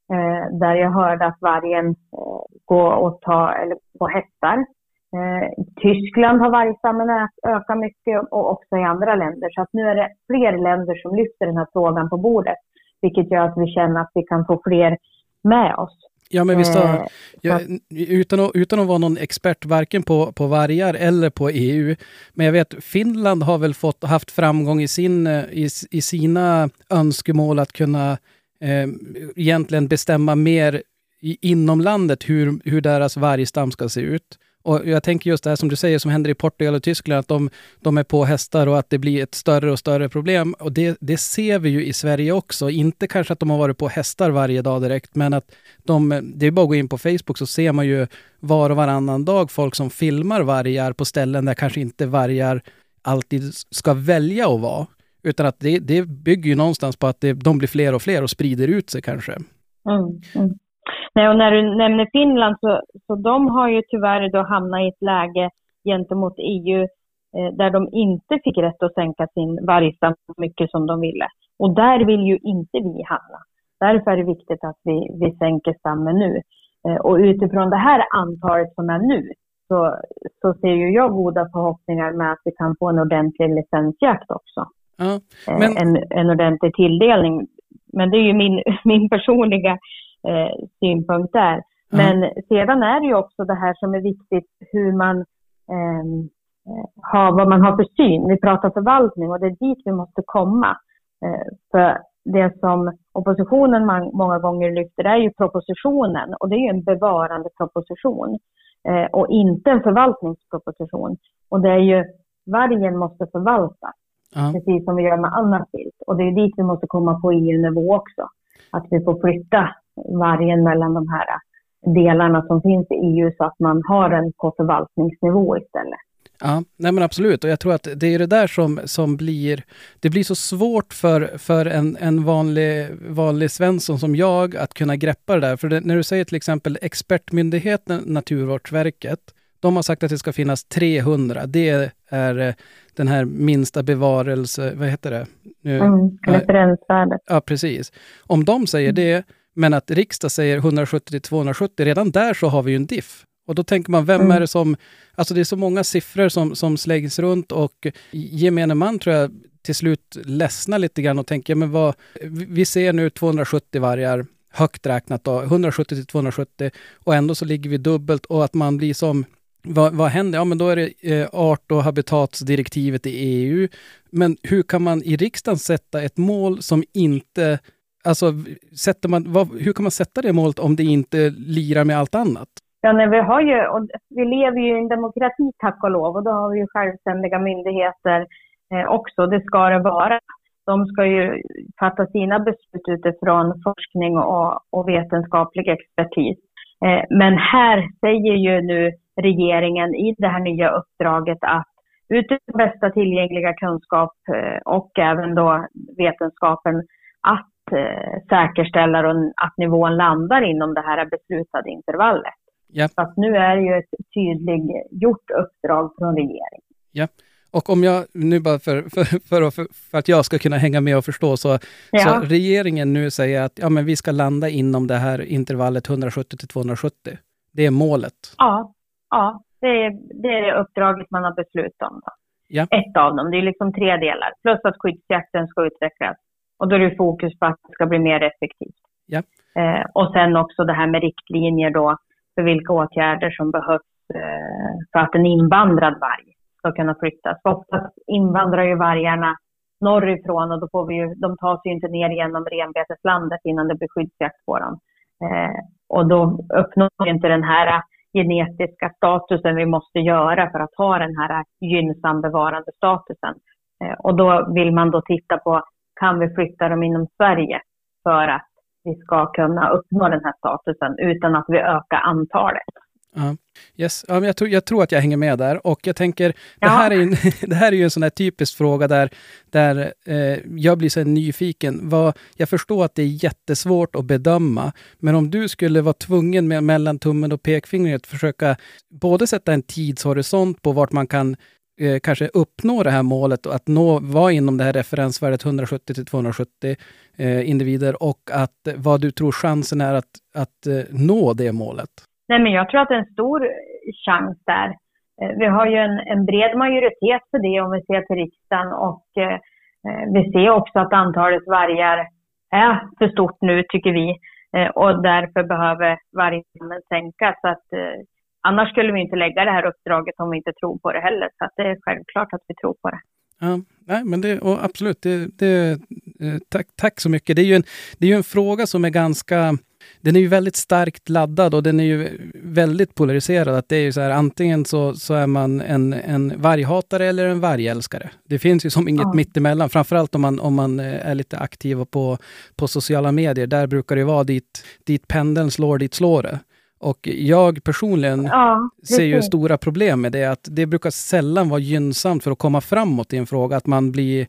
där jag hörde att vargen går och ta eller på hästar. I Tyskland har vargstammen ökat mycket och också i andra länder. Så att nu är det fler länder som lyfter den här frågan på bordet. Vilket gör att vi känner att vi kan få fler med oss. Ja, men visst utan att vara någon expert varken på vargar eller på EU. Men jag vet, Finland har väl haft framgång i sina önskemål att kunna egentligen bestämma mer inom landet hur deras vargstam ska se ut. Och jag tänker just det här som du säger som händer i Portugal och Tyskland, att de är på hästar och att det blir ett större och större problem. Och det ser vi ju i Sverige också. Inte kanske att de har varit på hästar varje dag direkt, men att det är bara att gå in på Facebook så ser man ju var och varannan dag folk som filmar vargar på ställen där kanske inte vargar alltid ska välja att vara. Utan att det bygger ju någonstans på att de blir fler och fler och sprider ut sig kanske. Nej, och när du nämner Finland så de har ju tyvärr då hamnat i ett läge gentemot EU där de inte fick rätt att sänka sin vargstam så mycket som de ville. Och där vill ju inte vi hamna. Därför är det viktigt att vi sänker stammen nu. Och utifrån det här antalet som är nu så ser ju jag goda förhoppningar med att vi kan få en ordentlig licensjakt också. Ja, en ordentlig tilldelning. Men det är ju min personliga synpunkt där. Men sedan är det ju också det här som är viktigt, hur man vad man har för syn. Vi pratar förvaltning och det är dit vi måste komma. För det som oppositionen många gånger lyfter är ju propositionen, och det är ju en bevarande proposition och inte en förvaltningsproposition. Och det är ju vargen måste förvaltas, precis som vi gör med annat vilt. Och det är dit vi måste komma på EU-nivå också. Att vi får flytta vargen mellan de här delarna som finns i EU så att man har den på förvaltningsnivå istället. Ja, nej men absolut. Och jag tror att det är det där som blir så svårt för en vanlig Svensson som jag att kunna greppa det där. För när du säger till exempel expertmyndigheten Naturvårdsverket, de har sagt att det ska finnas 300. Det är den här minsta bevarelse, vad heter det? Referensvärdet. Ja, precis. Om de säger det, men att riksdag säger 170-270, redan där så har vi ju en diff. Och då tänker man, vem är det som... Alltså det är så många siffror som slängs runt och gemene man tror jag till slut ledsnar lite grann och tänker, men vi ser nu 270 vargar, högt räknat då, 170-270 och ändå så ligger vi dubbelt och att man blir som... Vad händer? Ja, men då är det art- och habitatsdirektivet i EU. Men hur kan man i riksdagen sätta ett mål som inte... Alltså, hur kan man sätta det målet om det inte lirar med allt annat? Ja, vi lever ju i en demokrati, tack och lov, och då har vi ju självständiga myndigheter också. Det ska det vara. De ska ju fatta sina beslut utifrån forskning och vetenskaplig expertis. Men här säger ju nu regeringen i det här nya uppdraget att utifrån bästa tillgängliga kunskap och även då vetenskapen att säkerställa att nivån landar inom det här beslutade intervallet. Yep. Så att nu är det ju ett tydliggjort uppdrag från regeringen. Ja. Och om jag nu bara för att jag ska kunna hänga med och förstå så regeringen nu säger att men vi ska landa inom det här intervallet 170-270. Det är målet. Ja, det är uppdraget man har beslutat om. Då. Ja. Ett av dem, det är liksom 3 delar. Plus att skyddsjakten ska utvecklas. Och då är det fokus på att det ska bli mer effektivt. Ja. Och sen också det här med riktlinjer då för vilka åtgärder som behövs för att en invandrad varg ska kunna flyttas. Oftast invandrar ju vargarna norrifrån och då de tar sig inte ner genom renbeteslandet innan det blir skyddsjakt på dem. Och då uppnår vi inte den här genetiska statusen vi måste göra för att ha den här gynnsam bevarande statusen. Och då vill man då titta på, kan vi flytta dem inom Sverige för att vi ska kunna uppnå den här statusen utan att vi ökar antalet. Yes. Jag tror att jag hänger med där och jag tänker det här är ju en sån här typisk fråga där jag blir så nyfiken. Jag förstår att det är jättesvårt att bedöma, men om du skulle vara tvungen mellan tummen och pekfingret försöka både sätta en tidshorisont på vart man kan kanske uppnå det här målet och att vara inom det här referensvärdet 170-270 individer, och vad du tror chansen är att nå det målet? Nej, men jag tror att det är en stor chans där. Vi har ju en bred majoritet för det om vi ser till riksdagen, och vi ser också att antalet vargar är för stort nu, tycker vi, och därför behöver vargstammen sänkas. Så att annars skulle vi inte lägga det här uppdraget om vi inte tror på det heller. Så att det är självklart att vi tror på det. Ja, nej, men absolut. Tack så mycket. Det är ju en fråga som är den är ju väldigt starkt laddad, och den är ju väldigt polariserad. Att det är ju så här, antingen så är man en varghatare eller en vargälskare. Det finns ju som inget mittemellan. Framförallt om man är lite aktiv på sociala medier. Där brukar det vara dit pendeln slår, dit slår det. Och jag personligen ser ju stora problem med det. Att det brukar sällan vara gynnsamt för att komma framåt i en fråga. Att man blir...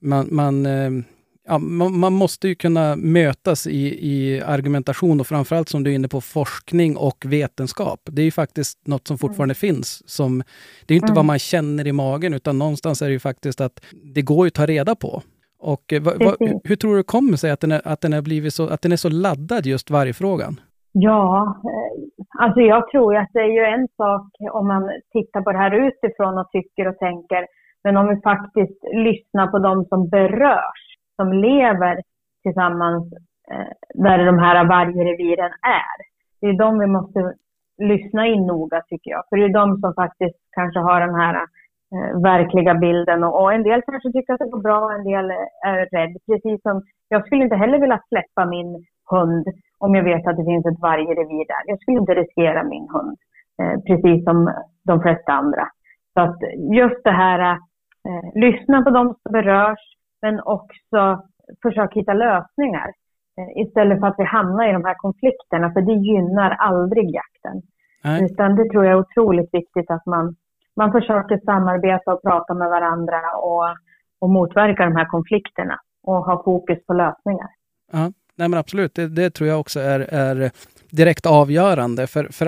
Man måste ju kunna mötas i argumentation, och framförallt som du är inne på, forskning och vetenskap. Det är ju faktiskt något som fortfarande finns. Det är ju inte vad man känner i magen, utan någonstans är det ju faktiskt att det går ju att ta reda på. Och hur tror du det kommer sig att den har blivit att den är så laddad, just vargfrågan? Ja, alltså jag tror att det är ju en sak om man tittar på det här utifrån och tycker och tänker. Men om vi faktiskt lyssnar på de som berörs, som lever tillsammans där de här vargreviren är. Det är de vi måste lyssna in noga, tycker jag. För det är de som faktiskt kanske har den här verkliga bilden. Och en del kanske tycker att det går bra, och en del är rädd. Precis som, jag skulle inte heller vilja släppa min hund om jag vet att det finns ett vargrevir där. Jag skulle inte riskera min hund, precis som de flesta andra. Så att just det här, lyssna på de som berörs, men också försöka hitta lösningar istället för att vi hamnar i de här konflikterna, för det gynnar aldrig jakten. Nej. Utan det tror jag är otroligt viktigt att man försöker samarbeta och prata med varandra och motverka de här konflikterna och ha fokus på lösningar. Ja, nej men absolut. Det tror jag också är direkt avgörande, för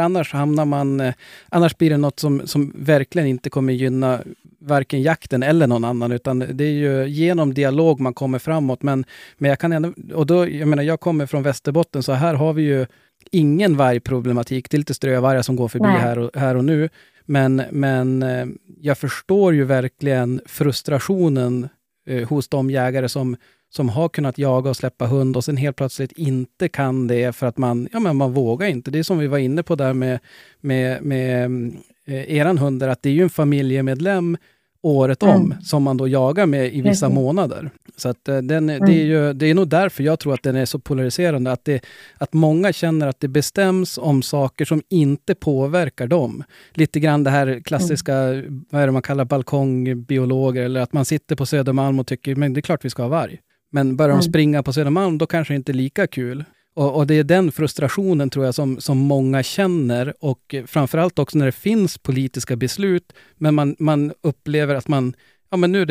annars blir det något som verkligen inte kommer gynna varken jakten eller någon annan, utan det är ju genom dialog man kommer framåt. Men jag kan ändå, och då, jag menar, jag kommer från Västerbotten, så här har vi ju ingen vargproblematik. Det är lite strövargar som går förbi här och nu, men jag förstår ju verkligen frustrationen hos de jägare som har kunnat jaga och släppa hund, och sen helt plötsligt inte kan det för att man vågar inte. Det är som vi var inne på där med eran hund, att det är ju en familjemedlem året om som man då jagar med i vissa månader. Så att det är nog därför jag tror att den är så polariserande, att många känner att det bestäms om saker som inte påverkar dem. Lite grann det här klassiska, vad är det man kallar balkongbiologer, eller att man sitter på Södermalm och tycker, men det är klart vi ska ha varg. Men börjar de springa på Södermalm, då kanske det inte är lika kul. Och det är den frustrationen, tror jag, som många känner, och framförallt också när det finns politiska beslut, men man upplever att men nu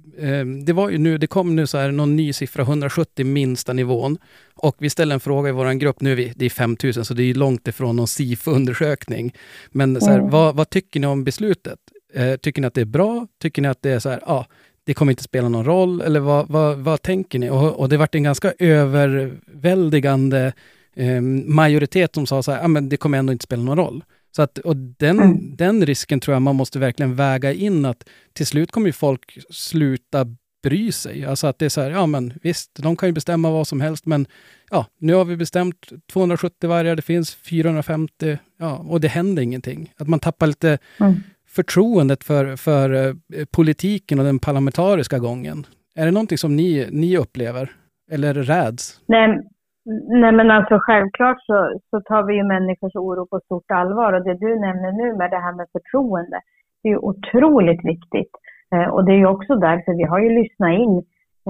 det kom nu så här någon ny siffra, 170 minsta nivån, och vi ställer en fråga i våran grupp, nu det är 5000, så det är långt ifrån någon SIFO-undersökning, men så här, vad tycker ni om beslutet? Tycker ni att det är bra? Tycker ni att det är så här, det kommer inte spela någon roll, eller vad tänker ni? Och det varit en ganska överväldigande majoritet som sa så här, men det kommer ändå inte spela någon roll. Så att, och den risken tror jag man måste verkligen väga in, att till slut kommer ju folk sluta bry sig. Alltså att det är så här, men visst, de kan ju bestämma vad som helst, men nu har vi bestämt 270 vargar, det finns 450, och det händer ingenting. Att man tappar lite förtroendet för politiken och den parlamentariska gången. Är det någonting som ni upplever? Eller räds? Nej, men alltså självklart så tar vi ju människors oro på stort allvar. Och det du nämner nu med det här med förtroende, det är ju otroligt viktigt. Och det är ju också därför vi har ju lyssnat in.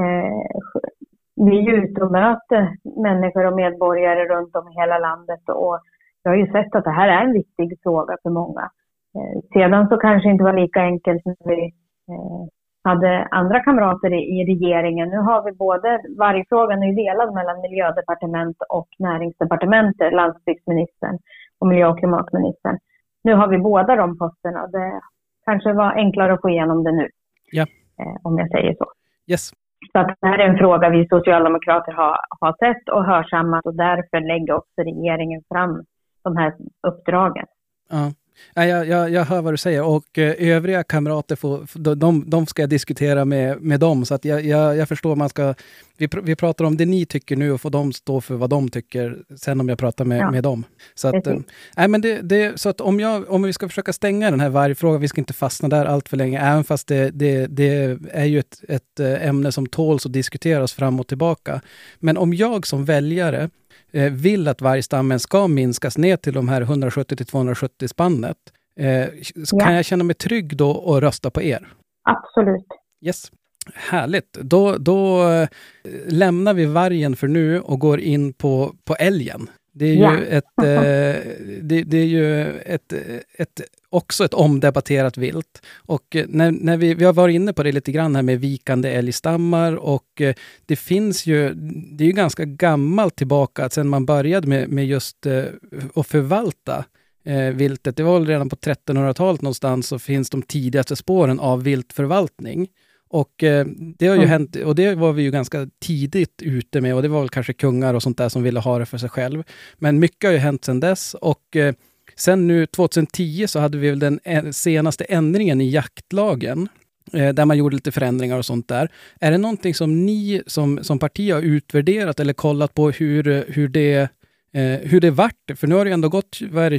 Vi är ju ute och möter människor och medborgare runt om i hela landet. Och jag har ju sett att det här är en viktig fråga för många. Sedan så kanske inte var lika enkelt när vi hade andra kamrater i regeringen. Nu har vi varje fråga är delad mellan miljödepartement och näringsdepartementet, landsbygdsministern och miljö- och klimatministern. Nu har vi båda de posterna. kanske var enklare att få igenom det nu. Ja. Om jag säger så. Yes. Så att det här är en fråga vi socialdemokrater har sett och hörsammat, och därför lägger också regeringen fram de här uppdragen. Ja. Jag hör vad du säger, och övriga kamrater de ska jag diskutera med dem, så att jag förstår, man ska vi pratar om det ni tycker nu och får dem stå för vad de tycker sen om jag pratar med dem. Så att men så att om vi ska försöka stänga den här vargfrågan, vi ska inte fastna där allt för länge, även fast det är ju ett ämne som tåls att diskuteras fram och tillbaka. Men om jag som väljare vill att vargstammen ska minskas ner till de här 170-270 spannet, så kan jag känna mig trygg då och rösta på er? Absolut. Yes. Härligt. Då lämnar vi vargen för nu och går in på älgen. Det är ju också ett omdebatterat vilt. Och när vi har varit inne på det lite grann här med vikande älgstammar, och det är ju ganska gammalt tillbaka att sen man började med just att förvalta viltet. Det var väl redan på 1300-talet någonstans, så finns de tidigaste spåren av viltförvaltning. Och det har ju hänt, och det var vi ju ganska tidigt ute med, och det var väl kanske kungar och sånt där som ville ha det för sig själv. Men mycket har ju hänt sedan dess, och sen nu 2010 så hade vi väl den senaste ändringen i jaktlagen, där man gjorde lite förändringar och sånt där. Är det någonting som ni som parti har utvärderat eller kollat på hur det vart? För nu har det ändå gått,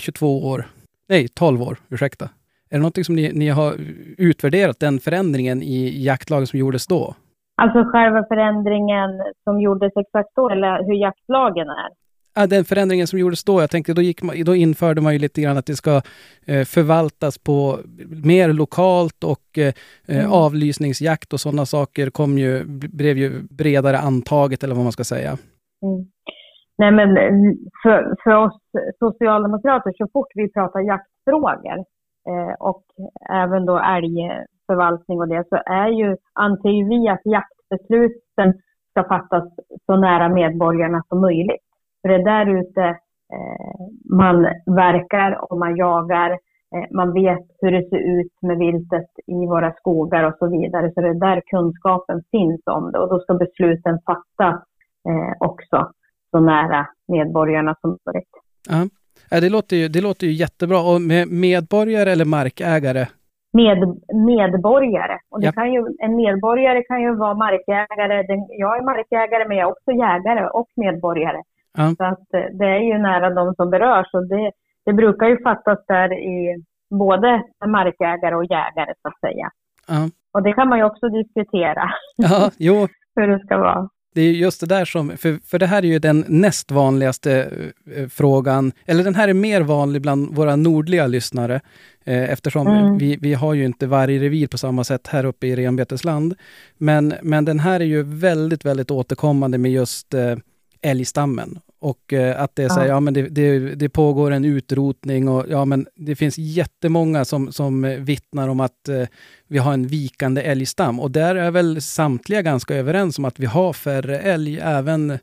12 år, ursäkta. Är det någonting som ni har utvärderat, den förändringen i jaktlagen som gjordes då? Alltså själva förändringen som gjordes exakt då, eller hur jaktlagen är? Ja, den förändringen som gjordes då, jag tänkte då införde man ju lite grann att det ska förvaltas på mer lokalt, och avlysningsjakt och sådana saker blev ju bredare antaget, eller vad man ska säga. Mm. Nej, men för oss socialdemokrater, så fort vi pratar jaktfrågor och även då älgförvaltning och det, så anser vi att jaktbesluten ska fattas så nära medborgarna som möjligt. För det är där ute man verkar och man jagar, man vet hur det ser ut med viltet i våra skogar och så vidare. Så det är där kunskapen finns om det, och då ska besluten fattas också så nära medborgarna som möjligt. Ja, det låter ju jättebra. Och med medborgare eller markägare? Medborgare. Och en medborgare kan ju vara markägare. Jag är markägare, men jag är också jägare och medborgare. Ja. Så att det är ju nära de som berörs. Och det brukar ju fattas där i både markägare och jägare, så att säga. Ja. Och det kan man ju också diskutera. Ja, jo. Hur det ska vara. Det är just det där som, för det här är ju den näst vanligaste frågan, eller den här är mer vanlig bland våra nordliga lyssnare, eftersom vi har ju inte vargrevir på samma sätt här uppe i renbetesland. Men den här är ju väldigt, väldigt återkommande med just älgstammen. Och att det är så här, men det pågår en utrotning, och men det finns jättemånga som vittnar om att vi har en vikande älgstam, och där är väl samtliga ganska överens om att vi har färre älg, även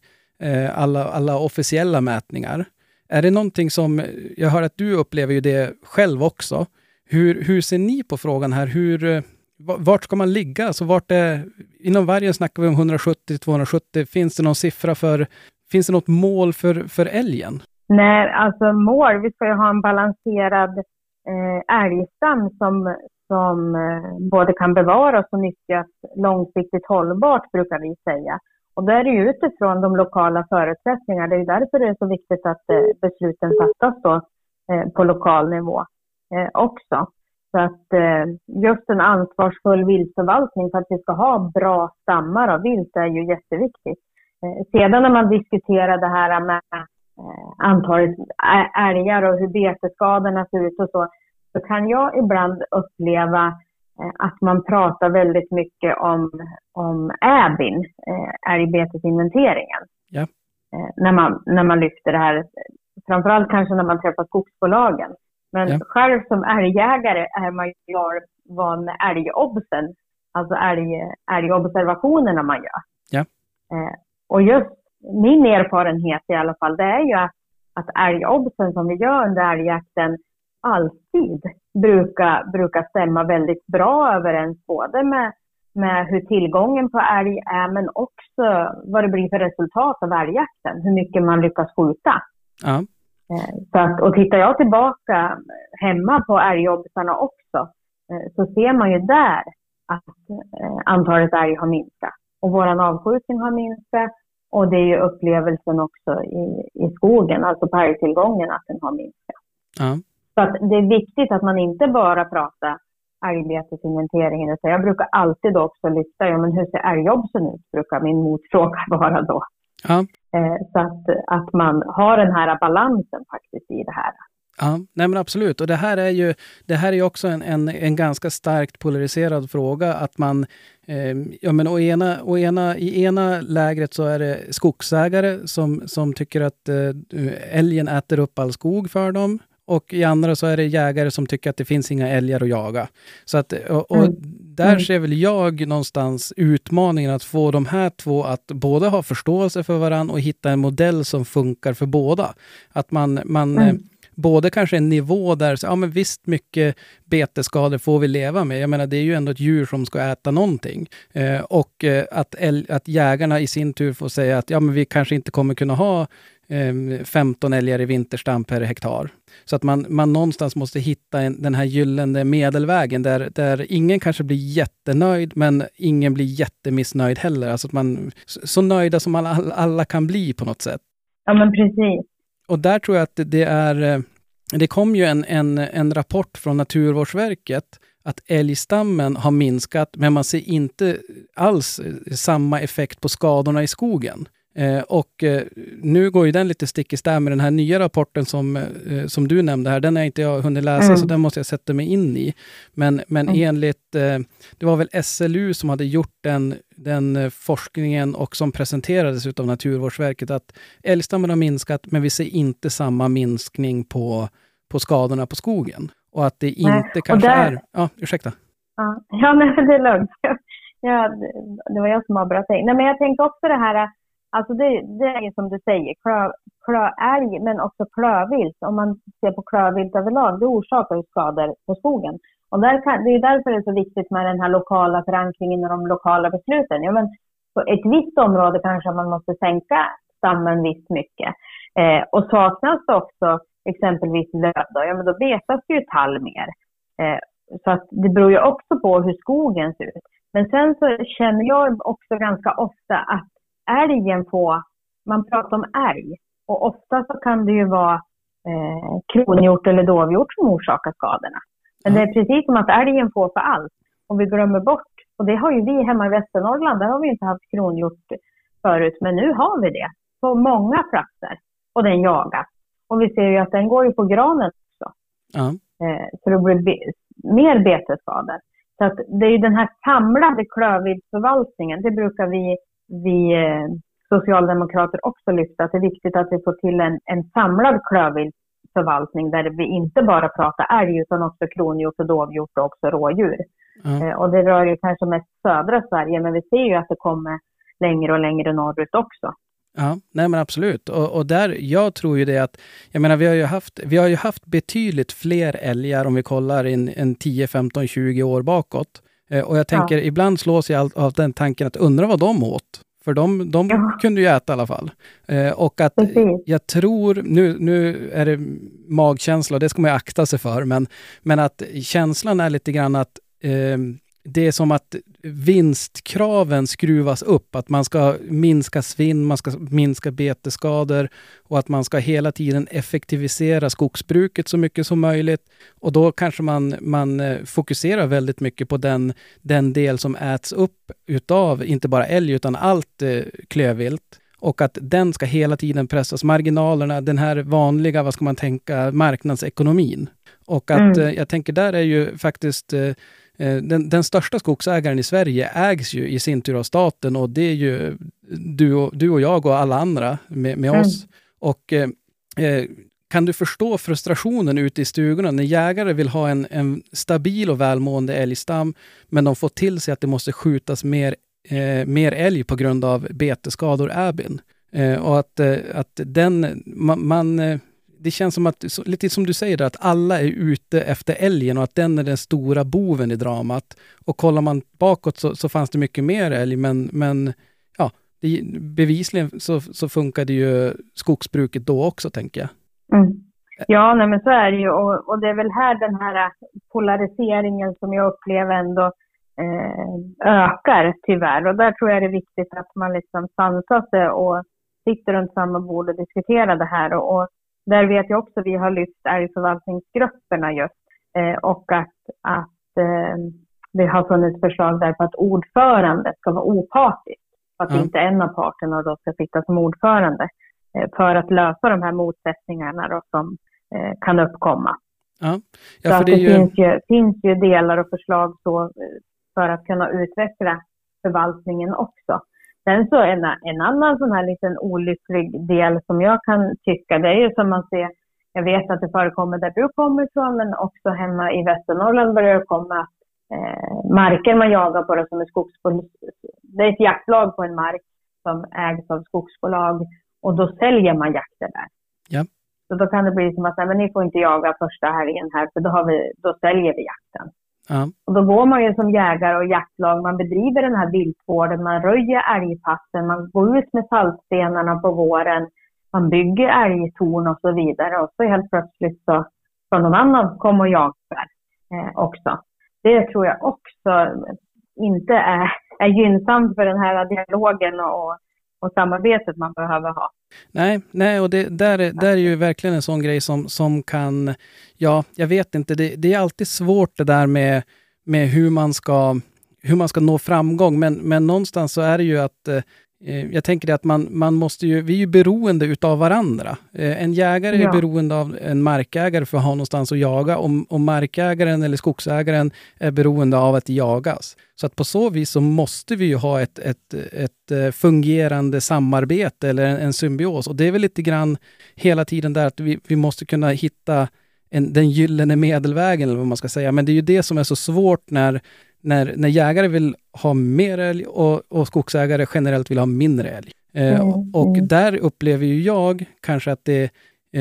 alla officiella mätningar. Är det någonting som, jag hör att du upplever ju det själv också. Hur ser ni på frågan här? Vart ska man ligga? Alltså inom vargen snackar vi om 170-270. Finns det någon siffra finns det något mål för älgen? Nej, alltså vi ska ju ha en balanserad älgstam som både kan bevaras och nyttjas långsiktigt hållbart, brukar vi säga. Och då är det ju utifrån de lokala förutsättningarna. Det är därför det är så viktigt att besluten fattas då på lokal nivå också. Så att just en ansvarsfull viltförvaltning för att vi ska ha bra stammar av vilt är ju jätteviktigt. Sedan när man diskuterar det här med antalet älgar och hur betesskadorna ser ut och så kan jag ibland uppleva att man pratar väldigt mycket om ÄBIN, älgbetesinventeringen. Ja. När man lyfter det här, framförallt kanske när man träffar skogsbolagen. Men själv som älgjägare är man ju van med älgobsen, alltså älgobservationerna man gör. Ja. Och just min erfarenhet i alla fall, det är ju att älgobsen som vi gör under älgjakten alltid brukar stämma väldigt bra överens både med hur tillgången på älg är, men också vad det blir för resultat av älgjakten, hur mycket man lyckas skjuta. Ja. Så att, och tittar jag tillbaka hemma på älgjobbsarna också, så ser man ju där att antalet älg har minskat. Och våran avskjutning har minskat, och det är ju upplevelsen också i skogen, alltså på älgtillgången, att den har minskat. Ja. Så att det är viktigt att man inte bara pratar älgbetesinventeringen, utan jag brukar alltid också lyfta, men hur ser älgjobbsen ut, brukar min motfråga vara då. Ja. Så att man har den här balansen faktiskt i det här. Ja, nej men absolut. Och det här är ju också en ganska starkt polariserad fråga, att man i ena lägret så är det skogsägare som tycker att älgen äter upp all skog för dem. Och i andra så är det jägare som tycker att det finns inga älgar att jaga. Så att, där ser väl jag någonstans utmaningen att få de här två att både ha förståelse för varandra och hitta en modell som funkar för båda. Att man både kanske en nivå där, så, ja men visst, mycket betesskador får vi leva med. Jag menar, det är ju ändå ett djur som ska äta någonting. Och att jägarna i sin tur får säga att ja men vi kanske inte kommer kunna ha 15 älgar i vinterstam per hektar. Så att man någonstans måste hitta den här gyllene medelvägen där ingen kanske blir jättenöjd, men ingen blir jättemissnöjd heller. Alltså att man så nöjda som alla kan bli på något sätt. Ja, men precis. Och där tror jag att det kom ju en rapport från Naturvårdsverket att älgstammen har minskat, men man ser inte alls samma effekt på skadorna i skogen. Och nu går ju den lite stick i stäv med den här nya rapporten som du nämnde här. Den har inte jag hunnit läsa, så den måste jag sätta mig in i. Men enligt, det var väl SLU som hade gjort den forskningen och som presenterades utav Naturvårdsverket, att älgstammen har minskat, men vi ser inte samma minskning på skadorna på skogen. Och att det inte kanske är... Ja, ursäkta. Ja, nej, det är lugnt. Ja, det var jag som avbröt dig. Nej, men jag tänkte också det här... Alltså det är ju som du säger, älg men också klövvilt. Om man ser på klövvilt överlag, det orsakar ju skador på skogen. Och det är därför det är så viktigt med den här lokala förankringen och de lokala besluten. Ja, men på ett visst område kanske man måste sänka stammen visst mycket. Och saknas det också exempelvis löv då, ja men då betas det ju tall mer. Så att det beror ju också på hur skogen ser ut. Men sen så känner jag också ganska ofta att älgen man pratar om älg, och ofta så kan det ju vara kronhjort eller dovhjort som orsakar skadorna. Men det är precis som att älgen får för allt. Om vi glömmer bort, och det har ju vi hemma i Västernorrland, där har vi inte haft kronhjort förut, men nu har vi det på många platser, och den jagas. Och vi ser ju att den går ju på granen också. Så det blir mer betesskador. Så att det är ju den här samlade klövviltsförvaltningen, det brukar vi socialdemokrater också lyfta, att det är viktigt att vi får till en samlad klövviltsförvaltning där vi inte bara pratar älg utan också kronhjort och dovhjort och också rådjur. Och det rör ju kanske mest södra Sverige, men vi ser ju att det kommer längre och längre norrut också. Ja, nej men absolut. Och där, jag tror ju det att, jag menar vi har ju haft betydligt fler älgar om vi kollar en 10, 15, 20 år bakåt. Och jag tänker, ibland slås jag av den tanken att undra vad de åt. För de kunde ju äta i alla fall. Och att jag tror, nu är det magkänsla och det ska man ju akta sig för. Men att känslan är lite grann att det är som att vinstkraven skruvas upp. Att man ska minska svinn, man ska minska betesskador och att man ska hela tiden effektivisera skogsbruket så mycket som möjligt. Och då kanske man fokuserar väldigt mycket på den del som äts upp utav inte bara älg utan allt klövvilt. Och att den ska hela tiden pressas, marginalerna, den här vanliga, vad ska man tänka, marknadsekonomin. Och att jag tänker, där är ju faktiskt den största skogsägaren i Sverige ägs ju i sin tur av staten, och det är ju du och jag och alla andra med oss. Och kan du förstå frustrationen ute i stugorna när jägare vill ha en stabil och välmående älgstam, men de får till sig att det måste skjutas mer älg på grund av betesskador äbin. Och att det känns som att, lite som du säger där, att alla är ute efter älgen och att den är den stora boven i dramat. Och kollar man bakåt så fanns det mycket mer älg, men ja, bevisligen så funkade ju skogsbruket då också, tänker jag. Mm. Ja, nej, men så är det ju. Och det är väl här den här polariseringen som jag upplever ändå ökar tyvärr. Och där tror jag det är viktigt att man liksom sansar sig och sitter runt samma bord och diskuterar det här. Och där vet jag också att vi har lyft älgförvaltningsgrupperna just. Och att det har funnits förslag där på att ordförande ska vara opartisk. Att inte en av parterna då ska sitta som ordförande. För att lösa de här motsättningarna då som kan uppkomma. Ja, så för det finns ju delar och förslag så för att kunna utveckla förvaltningen också. Sen så en annan sån här liten olycklig del som jag kan tycka, det är ju som man ser, jag vet att det förekommer där du kommer ifrån, men också hemma i Västernorrland börjar det komma marker man jagar på det som är skogsbolag. Det är ett jaktlag på en mark som ägs av skogsbolag och då säljer man jakter där. Ja. Så då kan det bli som att men ni får inte jaga första helgen här för då säljer vi jakten. Ja. Och då går man ju som jägare och jaktlag, man bedriver den här viltvården, man röjer älgpassen, man går ut med saltstenarna på våren, man bygger älgtorn och så vidare. Och så helt plötsligt så från någon annan kommer och jagar också. Det tror jag också inte är gynnsamt för den här dialogen och samarbetet man behöver ha. Nej, och det där är ju verkligen en sån grej som kan, ja, jag vet inte, det är alltid svårt det där med hur man ska nå framgång, men någonstans så är det ju att jag tänker det att man måste ju, vi är ju beroende utav varandra. En jägare är beroende av en markägare för att ha någonstans att jaga, och markägaren eller skogsägaren är beroende av att jagas. Så att på så vis så måste vi ju ha ett fungerande samarbete eller en symbios. Och det är väl lite grann hela tiden där att vi måste kunna hitta den gyllene medelvägen eller vad man ska säga. Men det är ju det som är så svårt när jägare vill ha mer älg och skogsägare generellt vill ha mindre älg. Och där upplever ju jag kanske att det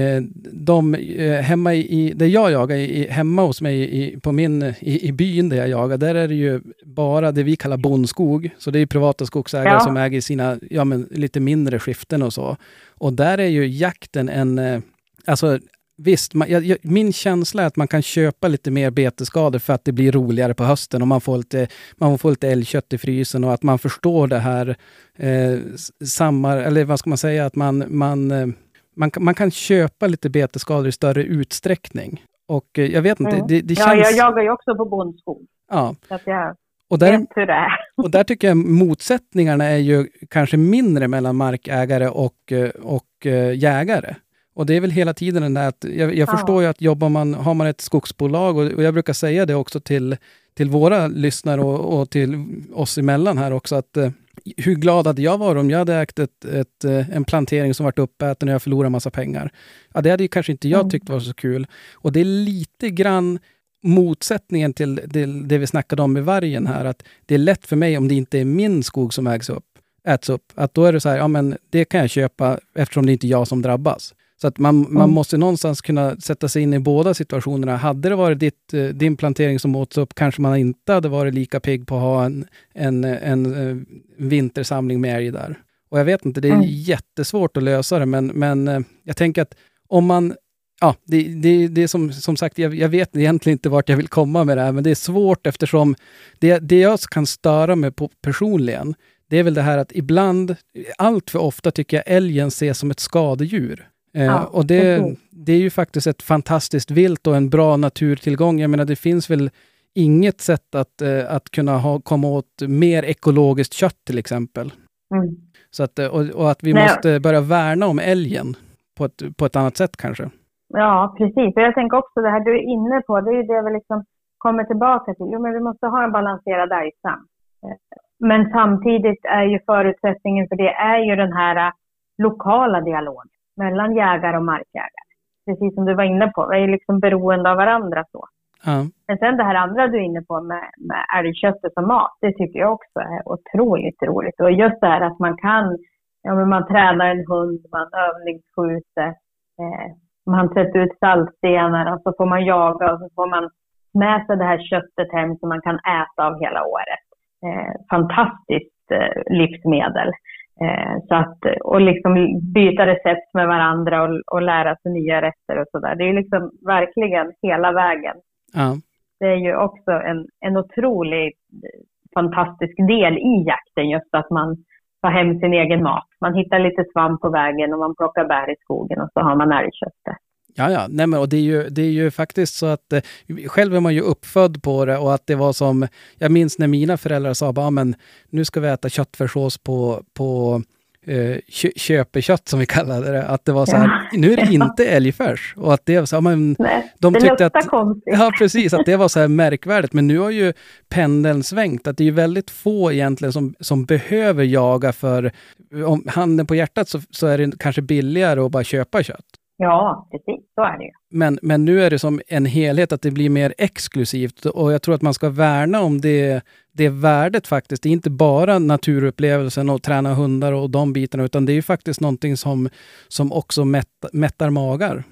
hemma där jag jagar, hemma hos mig i byn där jag jagar, där är det ju bara det vi kallar bondskog. Så det är privata skogsägare som äger sina lite mindre skiften och så. Och där är ju jakten visst, min känsla är att man kan köpa lite mer betesskador för att det blir roligare på hösten och man får lite älgkött i frysen och att man förstår det här eller vad ska man säga, att man kan köpa lite betesskador i större utsträckning. Och jag vet inte, det känns... Ja, jag jagar ju också på bondskog. Ja. Så att jag vet hur det är. Och där tycker jag motsättningarna är ju kanske mindre mellan markägare och jägare. Och det är väl hela tiden den där att jag förstår ju att har man ett skogsbolag och jag brukar säga det också till våra lyssnare och till oss emellan här också, att hur glad hade jag varit om jag hade ägt en plantering som varit uppäten och jag förlorar massa pengar. Ja, det hade ju kanske inte jag tyckt var så kul. Och det är lite grann motsättningen till det vi snackade om med vargen här, att det är lätt för mig om det inte är min skog som äts upp. Att då är det så här, ja men det kan jag köpa eftersom det inte är jag som drabbas. Så att man måste någonstans kunna sätta sig in i båda situationerna. Hade det varit din plantering som åts upp, kanske man inte hade varit lika pigg på att ha en vintersamling med älg där. Och jag vet inte, det är jättesvårt att lösa det, men jag tänker att om man... Ja, det är som sagt, jag vet egentligen inte vart jag vill komma med det här, men det är svårt eftersom det jag kan störa mig på personligen, det är väl det här att ibland, allt för ofta tycker jag älgen ses som ett skadedjur. Och det är ju faktiskt ett fantastiskt vilt och en bra naturtillgång. Jag menar, det finns väl inget sätt att kunna komma åt mer ekologiskt kött till exempel. Så att, och att vi måste börja värna om älgen på ett annat sätt kanske. Ja, precis. Och jag tänker också det här du är inne på, det är ju det vi liksom kommer tillbaka till. Jo, men vi måste ha en balanserad älgstam. Men samtidigt är ju förutsättningen för det är ju den här lokala dialogen mellan jägare och markägare. Precis som du var inne på, vi är liksom beroende av varandra så. Men sen det här andra du är inne på med älgköttet som mat, det tycker jag också är otroligt roligt. Och just det här att man kan, man tränar en hund, man övningsskjuter, Man sätter ut saltstenar och så får man jaga och så får man med sig det här köttet hem som man kan äta av hela året. Fantastiskt livsmedel. Så att, och liksom byta recept med varandra och lära sig nya rätter och sådär. Det är ju liksom verkligen hela vägen. Ja. Det är ju också en otrolig fantastisk del i jakten, just att man tar hem sin egen mat. Man hittar lite svamp på vägen och man plockar bär i skogen och så har man älgköttet. Ja. Nej, men, och det är ju faktiskt så att själv är man ju uppfödd på det, och att det var som, jag minns när mina föräldrar sa bara, men nu ska vi äta köttfärssås på köpekött som vi kallade det, att det var så här, nu är det inte älgfärs, och att det var så här, men Nej, de tyckte att konstigt. ja, precis, att det var så här märkvärdigt, men nu har ju pendeln svängt, att det är ju väldigt få egentligen som behöver jaga, för om handen på hjärtat så är det kanske billigare att bara köpa kött. Ja, precis, så är det ju. Men nu är det som en helhet, att det blir mer exklusivt, och jag tror att man ska värna om det värdet faktiskt. Det är inte bara naturupplevelsen och träna hundar och de bitarna, utan det är ju faktiskt någonting som också mättar magar.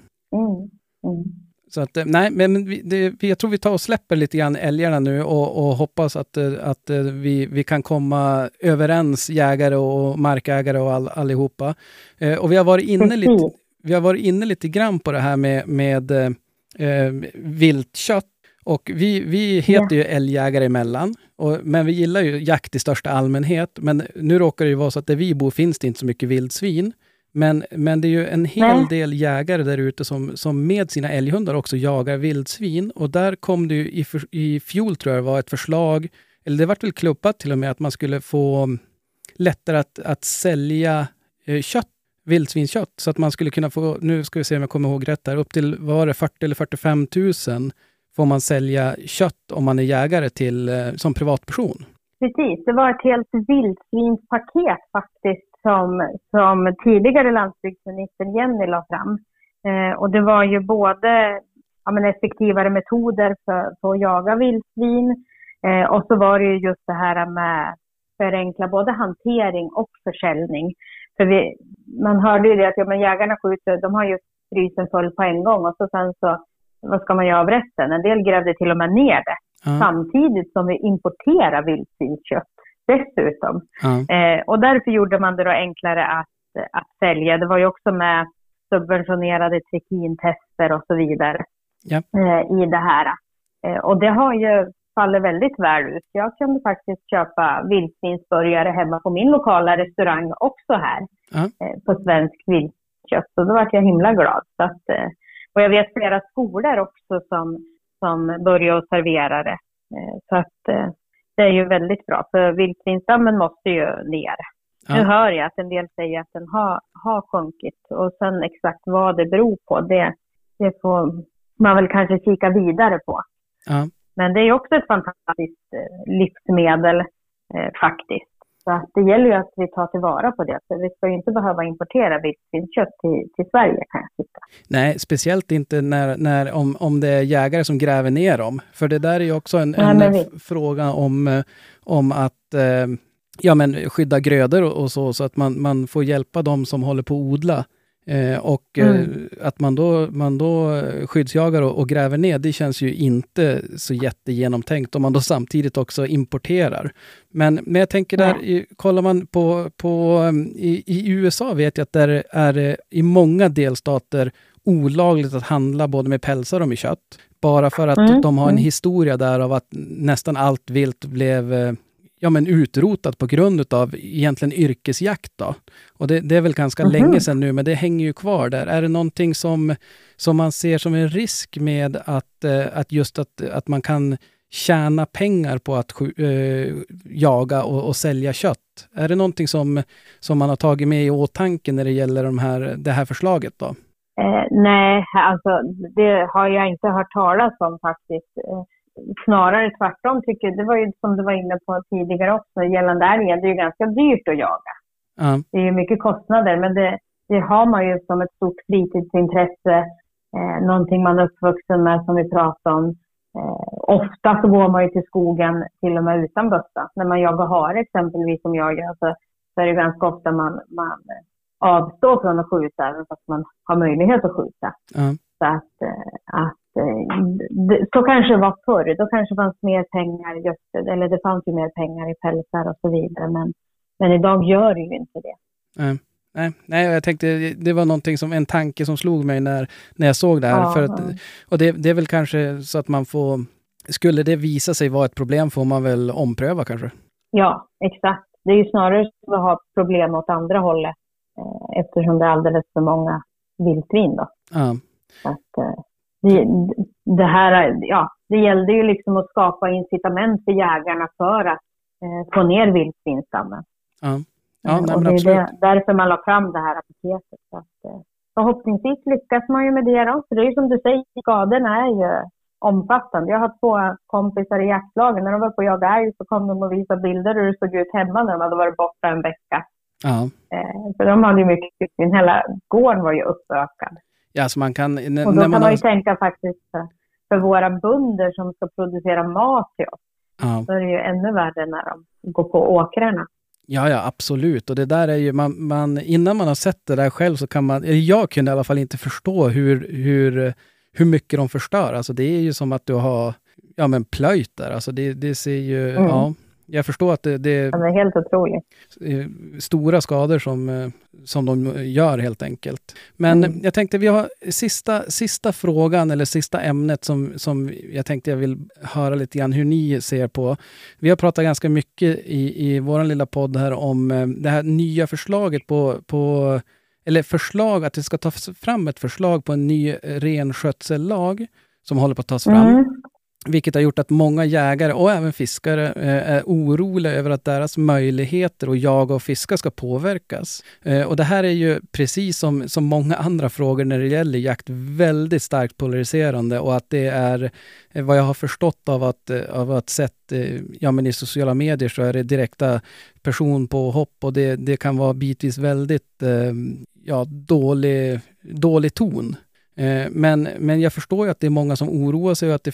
Så att, nej, men jag tror vi tar och släpper lite grann älgarna nu och hoppas att vi kan komma överens, jägare och markägare och allihopa. Och vi har varit inne lite grann på det här med viltkött. Och vi heter ju älgjägare emellan, men vi gillar ju jakt i största allmänhet. Men nu råkar det ju vara så att där vi bor finns det inte så mycket vildsvin. Men det är ju en hel del jägare där ute som med sina älghundar också jagar vildsvin. Och där kom det ju i fjol, tror jag, var ett förslag, eller det var väl klubbat till och med, att man skulle få lättare att sälja vildsvinskött, så att man skulle kunna få, nu ska vi se om jag kommer ihåg rätt här, upp till, vad var det, 40 eller 45 000 får man sälja kött om man är jägare till som privatperson. Precis, det var ett helt vildsvinspaket faktiskt som tidigare landsbygdsministern Jenny la fram. Och det var ju både effektivare metoder för att jaga vildsvin, och så var det ju just det här med förenkla både hantering och försäljning. För man hörde ju det att jägarna skjuter, de har ju frysen full på en gång, och så sen så, vad ska man göra av resten? En del grävde till och med ner det. Samtidigt som vi importerar vildsvinskött dessutom. Och därför gjorde man det då enklare att sälja. Det var ju också med subventionerade trikintester och så vidare i det här. Och det har ju fallit väldigt väl ut. Jag kunde faktiskt köpa vildsvinsburgare hemma på min lokala restaurang också här på svensk viltkött. Så då var jag himla glad. Så att, och jag vet flera skolor också som börjar servera det. Så att det är ju väldigt bra. För vildsvinsstammen måste ju ner. Nu hör jag att en del säger att den har sjunkit. Och sen exakt vad det beror på, det får man väl kanske kika vidare på. Men det är också ett fantastiskt livsmedel faktiskt. Så att det gäller ju att vi tar tillvara på det. Så vi ska ju inte behöva importera vildsvinskött till Sverige, kan jag tycka. Nej, speciellt inte om det är jägare som gräver ner dem. För det där är ju också en fråga om att skydda grödor och så att man får hjälpa dem som håller på att odla. Att man då skyddsjagar och gräver ner, det känns ju inte så jättegenomtänkt om man då samtidigt också importerar. Men jag tänker där, kollar man på i USA vet jag att där är i många delstater olagligt att handla både med pälsar och med kött. Bara för att de har en historia där av att nästan allt vilt blev utrotat på grund av egentligen yrkesjakt då. Och det är väl ganska länge sedan nu, men det hänger ju kvar där. Är det någonting som man ser som en risk med att man kan tjäna pengar på att jaga och sälja kött? Är det någonting som man har tagit med i åtanke när det gäller det här förslaget då? Nej, alltså det har jag inte hört talas om faktiskt. Snarare tvärtom tycker jag, det var ju som du var inne på tidigare också, gällande älgen, det är ju ganska dyrt att jaga. Det är ju mycket kostnader, men det har man ju som ett stort fritidsintresse, någonting man är uppvuxen med som vi pratar om. Ofta så går man ju till skogen till och med utan bössa. När man jagar hare exempelvis som jag gör, så är det ganska ofta man avstå från att skjuta även fast man har möjlighet att skjuta. Så så kanske det var förr. Då kanske det fanns mer pengar eller det fanns ju mer pengar i pälsar och så vidare. Men idag gör det ju inte det. Nej, jag tänkte det var någonting som en tanke som slog mig när jag såg det här. Och det är väl kanske så att man får, skulle det visa sig vara ett problem får man väl ompröva kanske? Ja, exakt. Det är ju snarare som att ha problem åt andra hållet eftersom det är alldeles för många vildsvin då. Att, det här, det gällde ju liksom att skapa incitament för jägarna för att få ner vildsvinstammen. Och det är därför man la fram det här paketet. Så att, förhoppningsvis lyckas man ju med det då. För det är ju som du säger, skadorna är ju omfattande. Jag har 2 kompisar i jaktlagen. När de var på jaga älg så kom de och visade bilder hur det såg ut hemma när de hade varit borta en vecka. För de hade ju mycket, hela gården var ju uppökad. Ja, så man kan... och då kan man ju tänka faktiskt för våra bönder som ska producera mat till oss. Så är det ju ännu värre när de går på åkrarna. Ja, absolut. Och det där är ju, man innan man har sett det där själv så kan man, jag kunde i alla fall inte förstå hur mycket de förstör. Alltså det är ju som att du har, plöjt där. Alltså det ser ju, jag förstår att det är helt otroligt. Stora skador som de gör helt enkelt. Men jag tänkte vi har sista frågan eller sista ämnet som jag tänkte jag vill höra lite grann hur ni ser på. Vi har pratat ganska mycket i våran lilla podd här om det här nya förslaget eller förslag att det ska tas fram ett förslag på en ny renskötsellag som håller på att tas fram. Vilket har gjort att många jägare och även fiskare är oroliga över att deras möjligheter att jaga och fiska ska påverkas. Och det här är ju precis som många andra frågor när det gäller jakt väldigt starkt polariserande och att det är vad jag har förstått av att sett i sociala medier så är det direkta personpåhopp och det kan vara bitvis väldigt dålig ton. Men jag förstår ju att det är många som oroar sig och att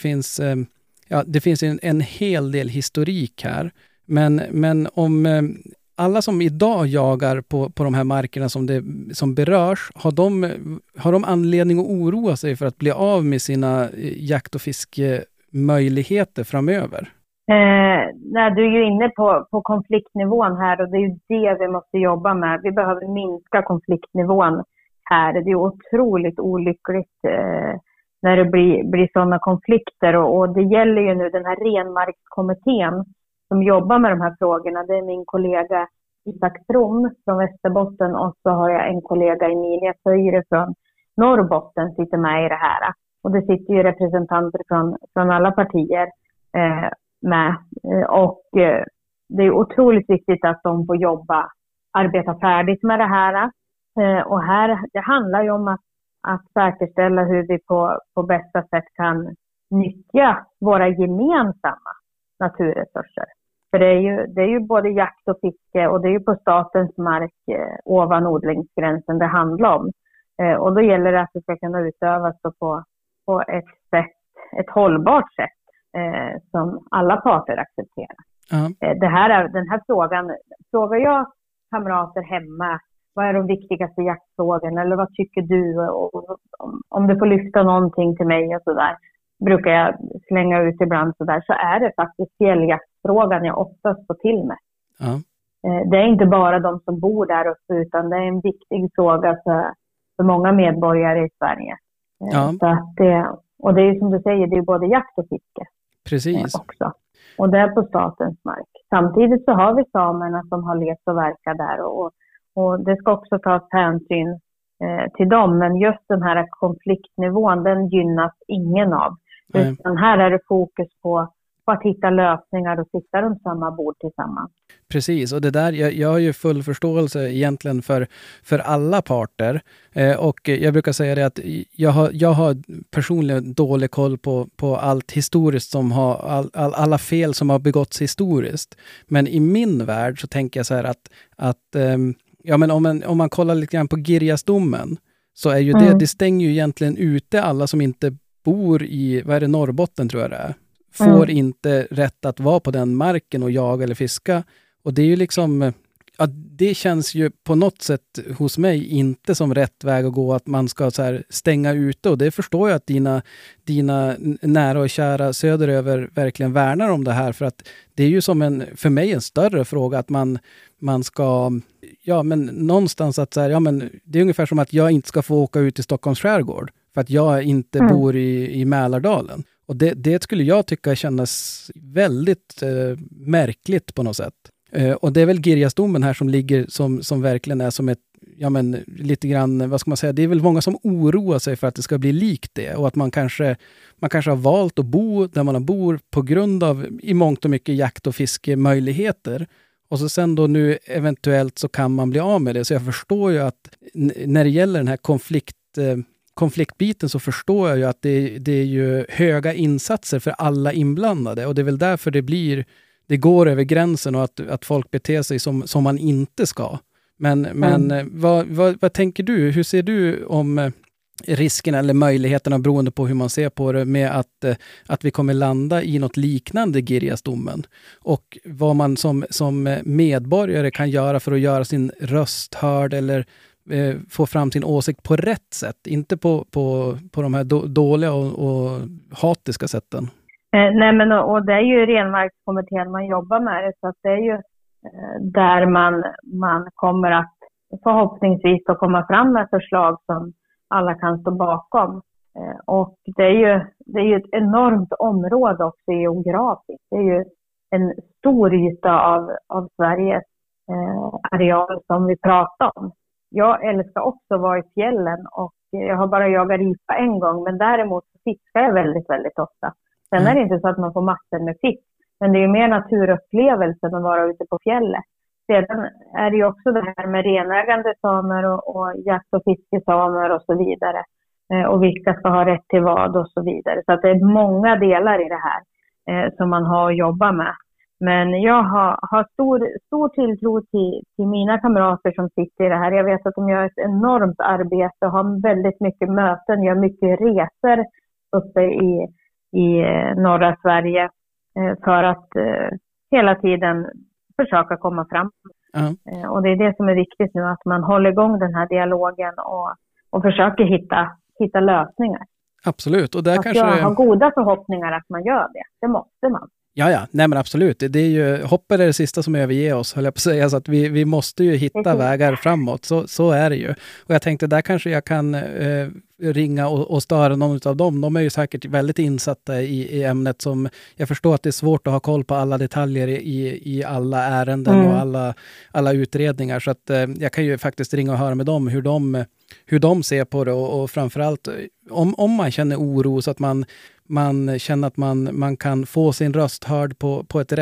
det finns en hel del historik här. Men om alla som idag jagar på de här markerna som berörs, har de anledning att oroa sig för att bli av med sina jakt- och fiskemöjligheter framöver? Du är ju inne på konfliktnivån här och det är ju det vi måste jobba med. Vi behöver minska konfliktnivån här. Det är otroligt olyckligt när det blir sådana konflikter och det gäller ju nu den här renmarkskommittén som jobbar med de här frågorna. Det är min kollega Isak From från Västerbotten och så har jag en kollega Emilia Söjre från Norrbotten sitter med i det här. Och det sitter ju representanter från alla partier med. Och det är otroligt viktigt att de får arbeta färdigt med det här. Och här, det handlar ju om att säkerställa hur vi på bästa sätt kan nyttja våra gemensamma naturresurser. För det är ju både jakt och fiske och det är ju på statens mark ovan odlingsgränsen det handlar om. Och då gäller det att det ska kunna utövas på ett hållbart sätt som alla parter accepterar. Den här frågar jag kamrater hemma. Vad är de viktigaste jaktfrågorna? Eller vad tycker du? Och om du får lyfta någonting till mig och sådär. Brukar jag slänga ut ibland sådär. Så är det faktiskt fjälljaktfrågan jag oftast får till mig. Det är inte bara de som bor där uppe. Utan det är en viktig fråga för många medborgare i Sverige. Så att och det är som du säger, det är både jakt och fiske. Precis. Också. Och det är på statens mark. Samtidigt så har vi samerna som har levt och verkat där. Och det ska också tas hänsyn till dem. Men just den här konfliktnivån, den gynnas ingen av. Utan här är det fokus på att hitta lösningar och sitta runt samma bord tillsammans. Precis, och det där, jag har ju full förståelse egentligen för alla parter. Och jag brukar säga det att jag har personligen dålig koll på allt historiskt som har, alla fel som har begåtts historiskt. Men i min värld så tänker jag så här att men om man kollar lite grann på Girjasdomen så är ju det stänger ju egentligen ute alla som inte bor i, Norrbotten tror jag det är. Får inte rätt att vara på den marken och jaga eller fiska. Och det är ju liksom, det känns ju på något sätt hos mig inte som rätt väg att gå, att man ska så här stänga ute. Och det förstår jag att dina nära och kära söderöver verkligen värnar om det här. För att det är ju som för mig en större fråga att man ska, ja men någonstans att så här, ja men det är ungefär som att jag inte ska få åka ut i Stockholms skärgård för att jag inte bor i Mälardalen. Och det skulle jag tycka kännas väldigt märkligt på något sätt. Och det är väl Girjasdomen här som ligger som verkligen är som ett, ja men lite grann, vad ska man säga, det är väl många som oroar sig för att det ska bli likt det och att man kanske har valt att bo där man bor på grund av i mångt och mycket jakt- och fiskemöjligheter. Och så sen då nu eventuellt så kan man bli av med det. Så jag förstår ju att när det gäller den här konfliktbiten så förstår jag ju att det är ju höga insatser för alla inblandade. Och det är väl därför det går över gränsen och att folk beter sig som man inte ska. Men vad tänker du? Hur ser du om riskerna eller möjligheterna beroende på hur man ser på det med att vi kommer landa i något liknande Girjasdomen? Och vad man som medborgare kan göra för att göra sin röst hörd eller få fram sin åsikt på rätt sätt. Inte på de här dåliga och hatiska sätten. Nej, men och det är ju renmarkskommittén man jobbar med det, så att det är ju där man kommer att förhoppningsvis att komma fram med förslag som alla kan stå bakom. Och det är ju ett enormt område också geografiskt. Det är ju en stor yta av Sveriges areal som vi pratar om. Jag älskar också att vara i fjällen och jag har bara jagat ripa en gång, men däremot fiskar jag väldigt, väldigt ofta. Sen är det inte så att man får massor med fisk, men det är ju mer naturupplevelsen att vara ute på fjället. Sedan är det ju också det här med renägande samer och jakt- och fiskesamer och så vidare. Och vilka ska ha rätt till vad och så vidare. Så att det är många delar i det här som man har att jobba med. Men jag har stor tilltro till mina kamrater som sitter i det här. Jag vet att de gör ett enormt arbete och har väldigt mycket möten, gör mycket resor uppe i norra Sverige för att hela tiden försöka komma fram. Och det är det som är viktigt nu, att man håller igång den här dialogen och försöker hitta lösningar. Absolut. Och där kanske jag har goda förhoppningar att man gör det. Det måste man. Ja. Nej men absolut. Det är ju, hoppet är det sista som överger oss, höll jag på att säga. Så att vi måste ju hitta vägar framåt. Så är det ju. Och jag tänkte, där kanske jag kan ringa och störa någon av dem. De är ju säkert väldigt insatta i ämnet. Som jag förstår att det är svårt att ha koll på alla detaljer i alla ärenden och alla utredningar. Så att jag kan ju faktiskt ringa och höra med dem hur de ser på det. Och framförallt om man känner oro så att man känner att man kan få sin röst hörd på ett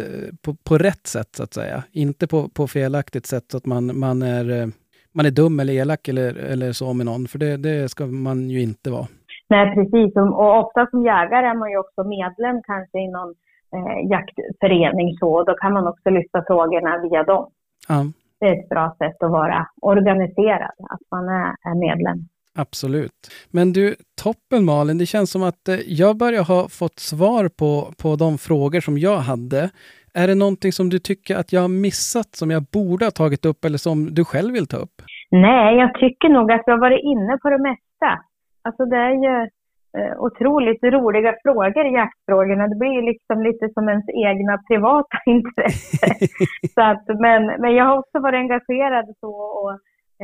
på rätt sätt så att säga. Inte på felaktigt sätt så att man är dum eller elak eller så med någon. För det ska man ju inte vara. Nej, precis. Och ofta som jägare är man ju också medlem kanske i någon jaktförening så. Då kan man också lyfta frågorna via dem. Ja. Det är ett bra sätt att vara organiserad, att man är medlem. Absolut. Men du, toppen Malin, det känns som att jag börjar ha fått svar på de frågor som jag hade. Är det någonting som du tycker att jag har missat, som jag borde ha tagit upp eller som du själv vill ta upp? Nej, jag tycker nog att jag har varit inne på det mesta. Alltså det är ju otroligt roliga frågor i jaktfrågorna. Det blir ju liksom lite som ens egna privata intresse. Så att, men jag har också varit engagerad så och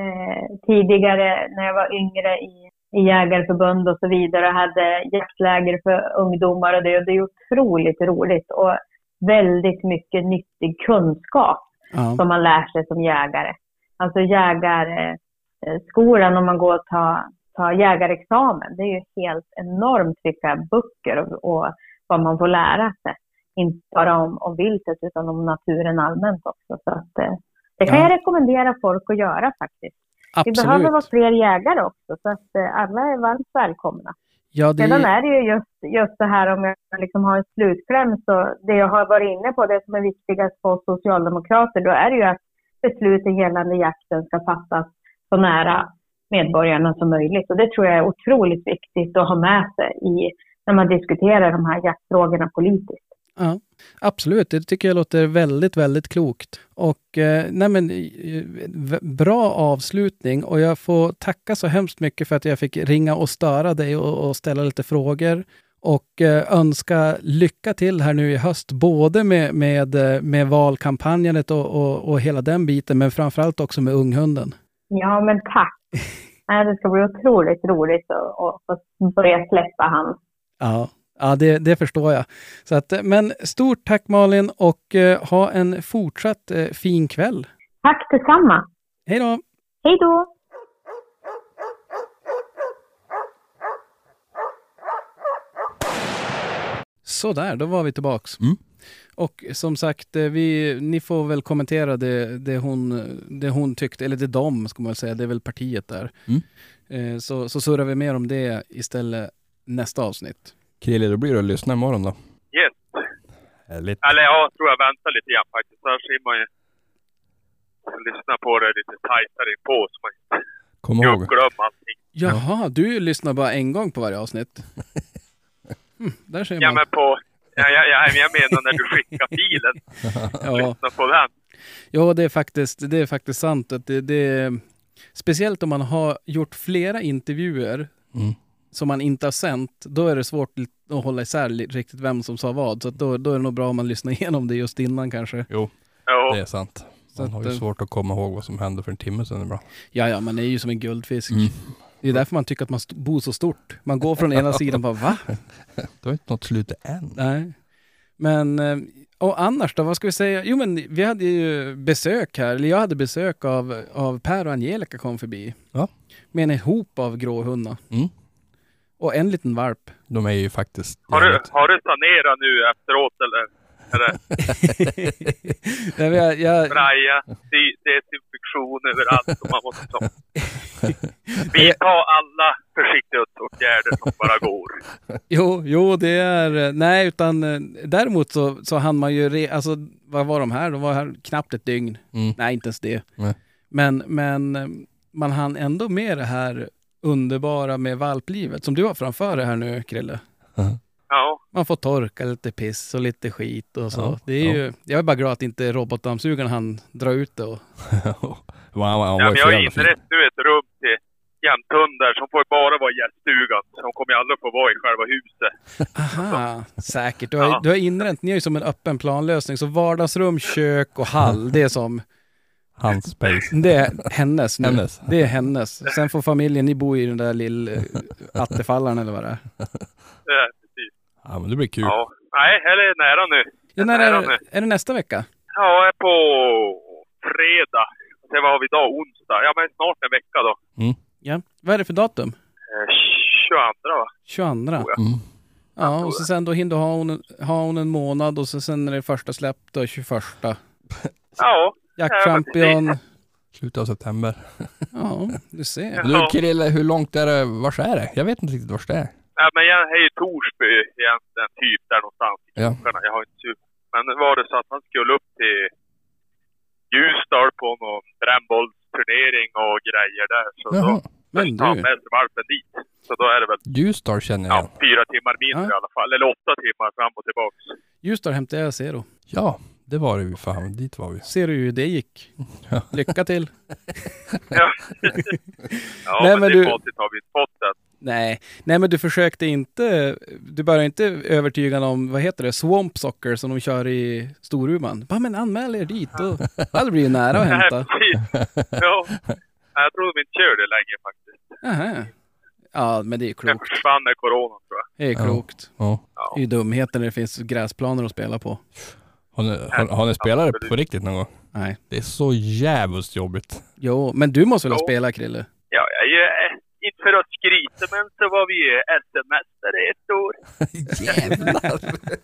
tidigare när jag var yngre i jägarförbund och så vidare, hade jaktläger för ungdomar och det är otroligt roligt och väldigt mycket nyttig kunskap som man lär sig som jägare. Alltså jägarskolan, om man går och tar jägarexamen, det är ju helt enormt vilka böcker och vad man får lära sig. Inte bara om viltet utan om naturen allmänt också. Så att, det kan jag rekommendera folk att göra faktiskt. Absolut. Vi behöver vara fler jägare också, så att alla är varmt välkomna. Ja, Sedan är det ju just det här, om jag liksom har en slutkläm, så det jag har varit inne på, det som är viktigast för socialdemokrater, då är det ju att besluten gällande jakten ska fattas så nära medborgarna som möjligt. Och det tror jag är otroligt viktigt att ha med sig när man diskuterar de här jaktfrågorna politiskt. Ja, Absolut, det tycker jag låter väldigt, väldigt klokt. Och bra avslutning, och jag får tacka så hemskt mycket för att jag fick ringa och störa dig och ställa lite frågor. Och önska lycka till här nu i höst, både med valkampanjandet och hela den biten, men framförallt också med unghunden. Ja, men tack. Det ska bli otroligt roligt att få börja släppa han. Ja, det förstår jag. Så att, men stort tack Malin, och ha en fortsatt fin kväll. Tack detsamma. Hej då. Hej då. Så där, då var vi tillbaks. Mm. Och som sagt, ni får väl kommentera det hon tyckte, eller det de ska man säga, det är väl partiet där. Mm. Så surrar vi mer om det istället nästa avsnitt. Krille, då blir det att lyssna imorgon då. Yes. Härligt. Eller jag tror jag väntar lite grann faktiskt. Så ser man ju lyssna på det lite tajtare på så man inte Kom ihåg. glömmer allting. Jaha, du lyssnar bara en gång på varje avsnitt. Där ser man. Ja, men jag menar när du skickar filen. Ja. Lyssna på den. Ja, det är faktiskt sant att det speciellt om man har gjort flera intervjuer som man inte har sänt, då är det svårt att hålla isär riktigt vem som sa vad. Så att då är det nog bra om man lyssnar igenom det just innan kanske. Jo, Ja. det är sant. Man har ju svårt att komma ihåg vad som hände för en timme sedan ibland. Ja, man är ju som en guldfisk. Det är därför man tycker att man bor så stort. Man går från ena sidan och bara, va? Det har inte något slut än. Nej. Men, och annars då, vad ska vi säga? Jo, men vi hade ju besök här, eller jag hade besök av Per och Angelica kom förbi. Ja. Med en hop av gråhundar. Mm. Och en liten valp. De är ju faktiskt... Har du sanerat nu efteråt eller? Braja, desinfektion överallt och man måste ta. Vi tar alla försiktighetsåtgärder som bara går. Jo, det är... Nej, utan däremot så hann man ju... Alltså, vad var de här? De var här knappt ett dygn. Nej, inte ens det. Nej. Men man hann ändå med det här underbara med valplivet som du har framför dig här nu, Krille. Ja. Man får torka lite piss och lite skit och så. Ja, det är ju, jag är bara glad att inte robotdammsugaren han dra ut det. Och... Ja, men jag har inrett nu ett rum till jämthundar som får bara vara i gäststugan. De kommer ju aldrig få vara i själva huset. Aha, säkert. Du har inrett, ni är ju som en öppen planlösning. Så vardagsrum, kök och hall, det är som... Hans space. Det är hennes nu. Hennes. Det är hennes. Sen får familjen, ni bo i den där lilla attefallaren eller vad det är. Precis. Ja, men det blir kul. Ja. Nej, eller nära nu. Ja, när är det nästa vecka? Ja, jag är på fredag. Sen vad har vi idag? Onsdag. Ja, men snart en vecka då. Ja. Vad är det för datum? 22, va? 22. Ja, och så sen då hinner ha hon en månad och så sen är det första släpp då 21. Ja. Jaktchampion. Slutet av september. Ja, du ser. Ja. Du Krille, hur långt är det? Vars är det? Jag vet inte riktigt vars det är. Ja, men jag är ju Torsby egentligen, typ där någonstans i Ja. krokarna. Jag har inte super. Men var det så att han skulle upp till Ljusdal på någon brännbollsturnering och grejer där. Så Jaha. då Men tar han du, med sig valpen dit. Så då är det väl Ljusdal känner jag. 4 timmar mindre Ja. i alla fall. Eller 8 timmar fram och tillbaks. just där hämtade jag Zero. Ja, det var det ju fan. Dit var vi. Ser du hur det gick? Lycka till. Ja, ja Nej, men men det du- facit har vi inte fått än. Nej, men du försökte inte, du började inte övertyga om, vad heter det, Swamp Soccer som de kör i Storuman. Bara, men anmäl er dit och det blir ju nära att hämta. Ja, jag tror de inte kör det längre faktiskt. Aha. Ja, men det är Den klokt. försvann med corona tror jag. Det är klokt. Ja. Det är ju dumheter när det finns gräsplaner att spela på. Har ni spelat det på riktigt någon gång? Nej. Det är så jävligt jobbigt. Jo, men du måste väl ha Jo. spelat, Krille? Ja, jag är ju, inte för att skryta, men så var vi SM-mästare ett år. Jävlar.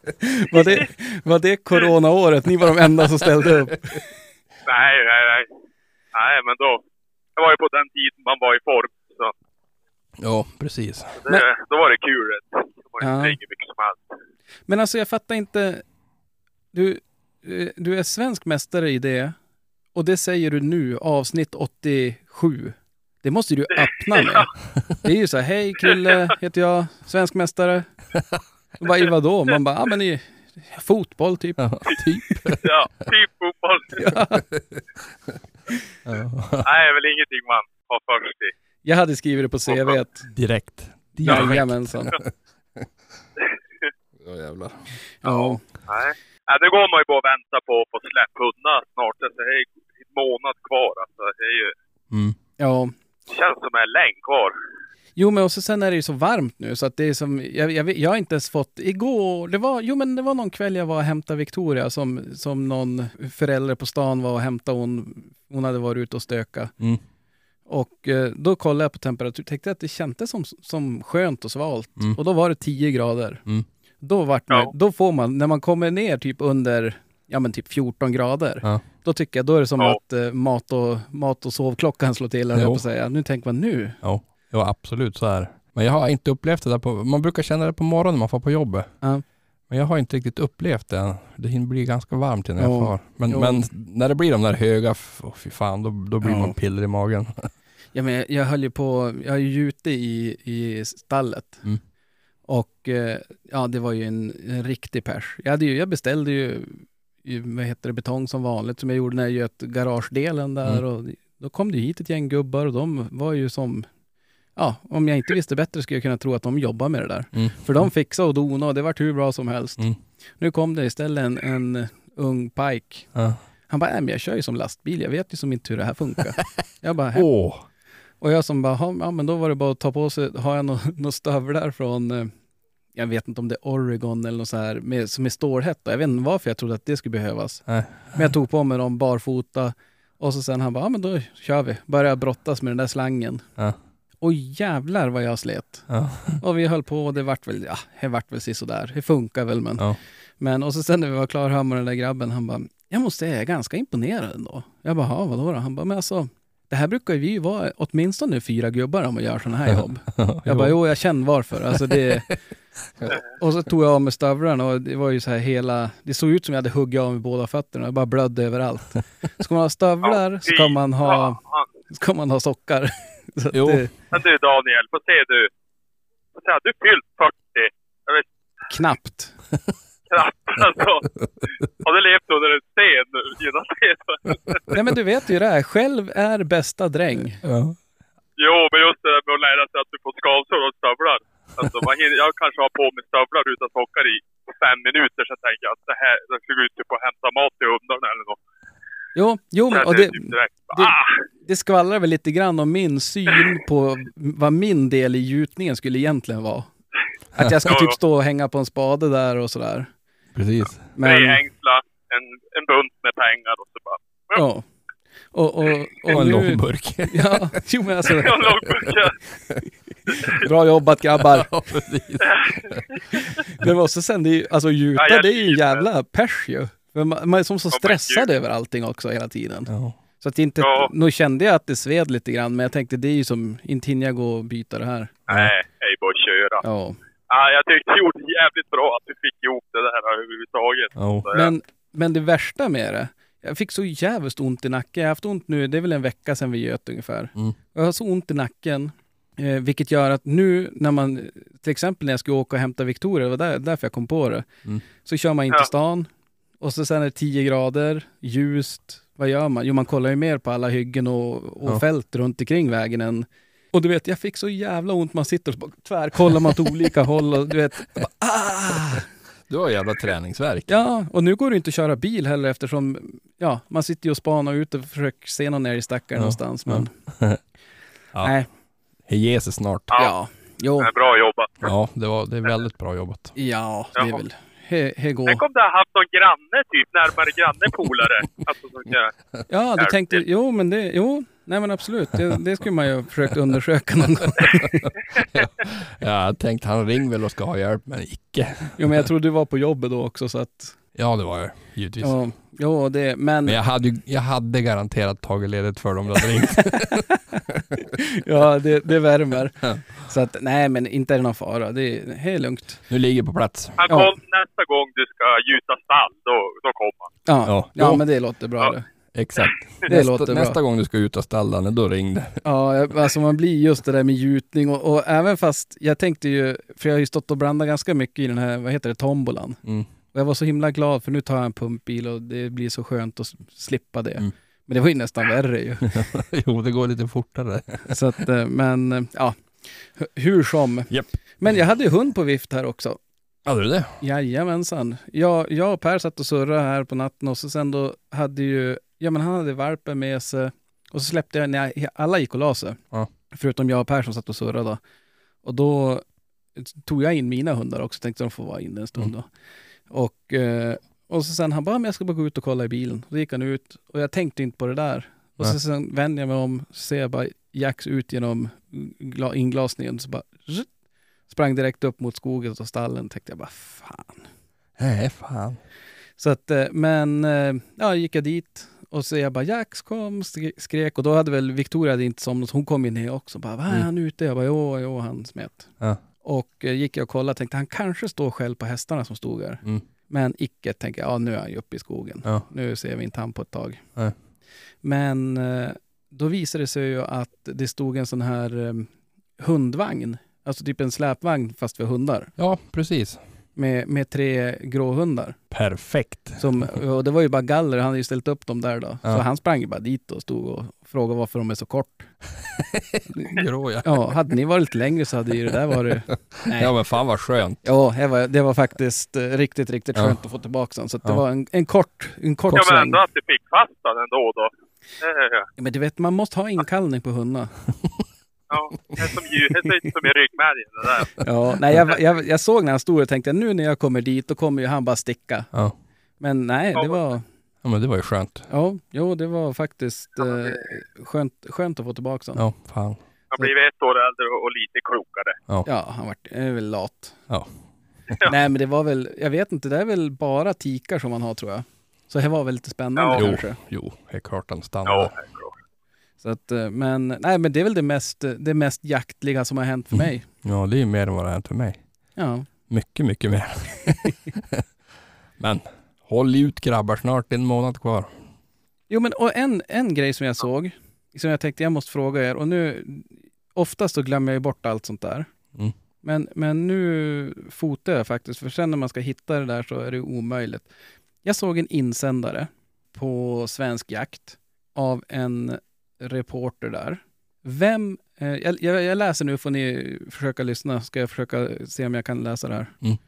Var det coronaåret? Ni var de enda som ställde upp. Nej. Nej, men då, det var ju på den tiden man var i form. Så Ja, precis. då var det kul. Det var Ja. inte länge mycket som helst. Men alltså jag fattar inte. Du är svensk mästare i det. Och det säger du nu, avsnitt 87. Det måste du öppna med. Det är ju så här, hej Krille heter jag, svensk mästare. Och bara, i vadå? Man bara, men fotboll typ. Ja, typ. Ja, typ fotboll. Ja. Nej, är väl ingenting man har först i. Jag hade skrivit det på CV:t. Direkt. Jajamensan. Ja, jävlar. Ja. Nej. Ja, det går man ju bara att vänta på att få släppa hundar snart. Det är en månad kvar. Alltså, det är ju... Ja. Det känns som en längd kvar. Jo, men och så sen är det ju så varmt nu så att det är som jag har inte ens fått igår. Det var någon kväll jag var och hämtade Victoria som någon förälder på stan var och hämtade hon hade varit ute och stöka. Och då kollade jag på temperatur, tänkte att det kändes som skönt och svalt. Och då var det 10 grader. Då får man, när man kommer ner typ under typ 14 grader. Då tycker jag, då är det som att mat och sovklockan slår till, eller på att säga. Nu tänker man nu. Ja, absolut så här. Men jag har inte upplevt det där man brukar känna det på morgonen när man får på jobbet. Men jag har inte riktigt upplevt det. Det blir ganska varmt när jag far. Men när det blir de där höga, fy fan, då blir man piller i magen. Ja, men jag är ju ute i stallet. Och det var ju en riktig pers. Jag beställde ju betong som vanligt, som jag gjorde när jag göt garagedelen där. Och då kom det hit ett gäng gubbar och de var ju som... Ja, om jag inte visste bättre skulle jag kunna tro att de jobbar med det där. För de fixade och donade och det var hur bra som helst. Nu kom det istället en ung pike. Han bara, men jag kör ju som lastbil. Jag vet ju som inte hur det här funkar. Jag bara, och jag som bara, men då var det bara att ta på sig, har jag några stövlar från, jag vet inte om det är Oregon eller något så här, som är stålhätta. Jag vet inte varför jag trodde att det skulle behövas. Men jag tog på mig dem barfota och så sen han bara, men då kör vi. Började brottas med den där slangen. Och jävlar vad jag slet. Och vi höll på och det vart väl sådär. Det funkar väl men och så sen när vi var klara med den där grabben, han bara, jag måste säga, jag är ganska imponerad ändå. Jag bara, vadå då? Han bara, men alltså, det här brukar vi ju vara åtminstone 4 gubbar om att göra sådana här jobb. Jag bara, jag känner varför. Alltså det... Och så tog jag av med stövlarna och det var ju så här det såg ut som jag hade huggit av med båda fötterna. Jag bara blödde överallt. Ska man ha stövlar ska man ha sockar. Jo. Men du Daniel, får se du fyllt 40. Jag vet. Knappt. Alltså. Har du levt under en sten? Nej, men du vet ju det här. Själv är bästa dräng. Jo, men just det där med att lära sig att du får skavsår och stövlar. Alltså, jag kanske har på mig stövlar utan sockar i 5 minuter, så tänker jag att jag ska gå ut och hämta mat till hundarna eller något. Jo, men, och det skvallrar väl lite grann om min syn på vad min del i gjutningen skulle egentligen vara. Att jag ska typ stå och hänga på en spade där och sådär. Precis. Men... hängsla, en bunt med pengar och så bara... Ja. Och en långburk. Ja, jo men alltså... En långburk, ja. Bra jobbat grabbar. Ja, precis. Men också sen, gjuta, det är ju jävla pers ju. Man är som så stressad över allting också hela tiden. Så att inte, nu kände jag att det sved lite grann, men jag tänkte det är ju som, inte hinner jag gå och byta det här. Nej, jag är bara att köra. Jag tyckte det gjorde jävligt bra att du fick ihop det där överhuvudtaget. Men det värsta med det, jag fick så jävligt ont i nacken. Jag har haft ont nu, det är väl en vecka sedan vi göt ungefär. Jag har så ont i nacken, vilket gör att nu när man, till exempel när jag skulle åka och hämta Victoria, det var därför jag kom på det, så kör man in till stan och så sen är det 10 grader, ljust. Vad gör man? Jo, man kollar ju mer på alla hyggen och fält runt omkring vägen än... Och du vet, jag fick så jävla ont. Man sitter och tvärkollar man åt olika håll och du vet... Du har jävla träningsverk. Ja, och nu går det inte att köra bil heller eftersom man sitter ju och spanar ut och försöker se någon ner i stackaren någonstans. Men... Nej. Det ger sig snart. Jo. Det är bra jobbat. Ja, det är väldigt bra jobbat. Ja, det är väl... Tänk om du har haft någon granne, typ närmare granne-polare. Alltså, du tänkte, nej men absolut, det skulle man ju försökt undersöka någon gång. Jag tänkte han ring väl och ska ha hjälp, men icke. Jo, men jag tror du var på jobbet då också, så att... Ja, det var jag, givetvis. Men jag hade garanterat tagit ledigt för dem där ringt. Ja, det värmer. Så att, nej, men inte är det någon fara. Det är helt lugnt. Nu ligger på plats. Han kom nästa gång du ska gjuta stall, då kommer han. Ja, men det låter bra det. Exakt. Nästa gång du ska ut av stallan, då ringde. Ja, alltså man blir just det där med gjutning och även fast jag tänkte ju, för jag har ju stått och blandat ganska mycket i den här, vad heter det, tombolan. Och jag var så himla glad för nu tar jag en pumpbil och det blir så skönt att slippa det. Men det var ju nästan värre ju. Jo, det går lite fortare. Så att, men ja, hur som. Yep. Men jag hade ju hund på vift här också. Hade du det? Jajamensan. Jag och Per satt och surrade här på natten och så sen då hade ju, han hade valpen med sig och så släppte jag när alla gick och la sig. Ja. Förutom jag och Per som satt och surrade då. Och då tog jag in mina hundar också, tänkte de får vara inne en stund då. Och så sen han bara, men jag ska bara gå ut och kolla i bilen. Då gick han ut och jag tänkte inte på det där. Och så sen vände jag mig om, ser jag bara Jax ut genom inglasningen så bara sprang direkt upp mot skogen och stallen. Tänkte jag bara, fan. Så att, men gick jag dit och så jag bara, Jax kom, skrek. Och då hade väl Victoria inte somnat, hon kom in ner också. Bara, vad är han ute? Jag bara, jo, han smet. Ja. Och gick jag och kollade, tänkte han kanske står själv på hästarna som stod där. Men icke, tänkte jag, nu är han ju uppe i skogen. Ja. Nu ser vi inte han på ett tag. Ja. Men då visade det sig ju att det stod en sån här hundvagn. Alltså typ en släpvagn fast för hundar. Ja, precis. Med 3 gråhundar. Perfekt. Och det var ju bara galler, han hade ju ställt upp dem där då. Ja. Så han sprang ju bara dit och stod och frågade varför de är så kort. Grå, ja. Ja, hade ni varit lite längre så hade ju det där varit... Nej. Ja, men fan vad skönt. Ja, det var faktiskt riktigt skönt att få tillbaka den. Så att det var en kort sväng. Ja, men ändå att du fick fast den ändå då. Ja, men du vet, man måste ha inkallning på hundar. Ja, det är som i ryggmärgen det där. Ja, nej, jag såg när han stod och tänkte nu när jag kommer dit då kommer ju han bara sticka. Ja. Men nej, det var... Ja, men det var ju skönt. Ja, jo, det var faktiskt skönt att få tillbaka den. Ja, fan. Han blev 1 år äldre och lite klokare. Ja, han är väl lat. Ja. Nej, men det var väl, jag vet inte, det är väl bara tikar som man har tror jag. Så det var väl lite spännande kanske. Jo, det är klart han stannar. Ja, så att, men det är väl det mest jaktliga som har hänt för mig. Ja, det är mer än vad det har hänt för mig. Ja. Mycket, mycket mer. Men håll ut grabbar, snart 1 månad kvar. Jo, men och en grej som jag såg, som jag tänkte jag måste fråga er, och nu oftast så glömmer jag ju bort allt sånt där. Men nu fotar jag faktiskt, för sen när man ska hitta det där så är det omöjligt. Jag såg en insändare på Svensk Jakt av en reporter där. Jag läser nu, får ni försöka lyssna, ska jag försöka se om jag kan läsa det här.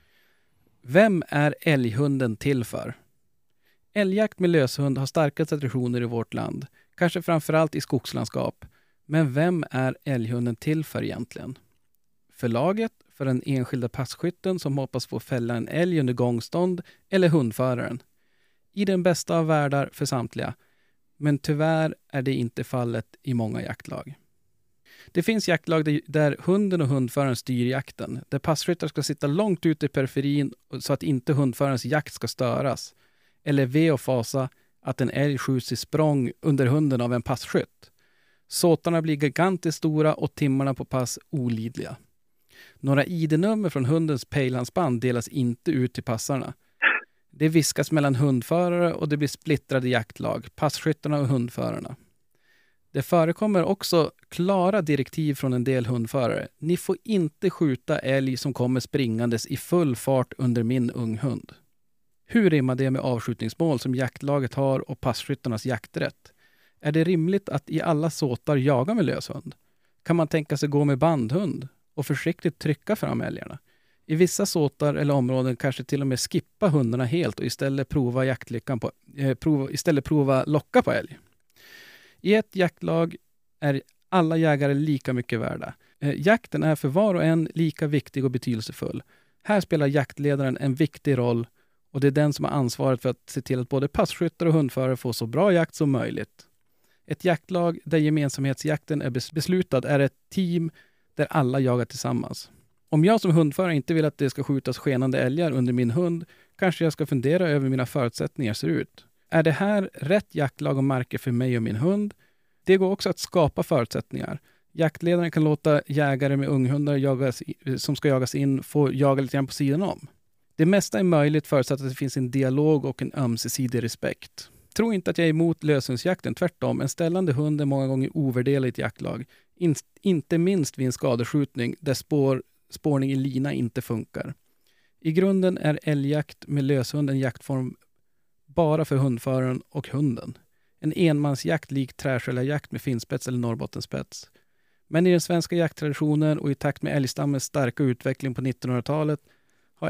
Vem är älghunden till för? Älgjakt med löshund har starka traditioner i vårt land, kanske framförallt i skogslandskap. Men vem är älghunden till för egentligen? För laget, för den enskilda passkytten som hoppas få fälla en älg under gångstånd eller hundföraren? I den bästa av världar för samtliga. Men tyvärr är det inte fallet i många jaktlag. Det finns jaktlag där hunden och hundföraren styr jakten. Där passkyttar ska sitta långt ute i periferin så att inte hundförarens jakt ska störas. Eller ve och fasa att en älg skjuts i språng under hunden av en passkytt. Såtarna blir gigantiskt stora och timmarna på pass olidliga. Några ID-nummer från hundens pejlhandsband delas inte ut till passarna. Det viskas mellan hundförare och det blir splittrade jaktlag, passkyttarna och hundförarna. Det förekommer också klara direktiv från en del hundförare. Ni får inte skjuta älg som kommer springandes i full fart under min unghund. Hur rimmar det med avskjutningsmål som jaktlaget har och passkyttarnas jakträtt? Är det rimligt att i alla såtar jaga med löshund? Kan man tänka sig gå med bandhund och försiktigt trycka fram älgarna? I vissa såtar eller områden kanske till och med skippa hundarna helt och istället prova prova locka på älg. I ett jaktlag är alla jägare lika mycket värda. Jakten är för var och en lika viktig och betydelsefull. Här spelar jaktledaren en viktig roll och det är den som har ansvaret för att se till att både passkyttar och hundförare får så bra jakt som möjligt. Ett jaktlag där gemensamhetsjakten är beslutad är ett team där alla jagar tillsammans. Om jag som hundförare inte vill att det ska skjutas skenande älgar under min hund kanske jag ska fundera över mina förutsättningar ser ut. Är det här rätt jaktlag och marker för mig och min hund? Det går också att skapa förutsättningar. Jaktledaren kan låta jägare med unghundar som ska jagas in få jaga lite grann på sidan om. Det mesta är möjligt förutsatt att det finns en dialog och en ömsesidig respekt. Tro inte att jag är emot löshundsjakten, tvärtom. En ställande hund är många gånger ovärderlig i ett jaktlag. Inte minst vid en skadeskjutning där spårning i lina inte funkar. I grunden är älgjakt med löshund en jaktform bara för hundföraren och hunden. En enmansjakt lik träskällarjakt med finspets eller norrbottenspets. Men i den svenska jakttraditionen och i takt med älgstammens starka utveckling på 1900-talet har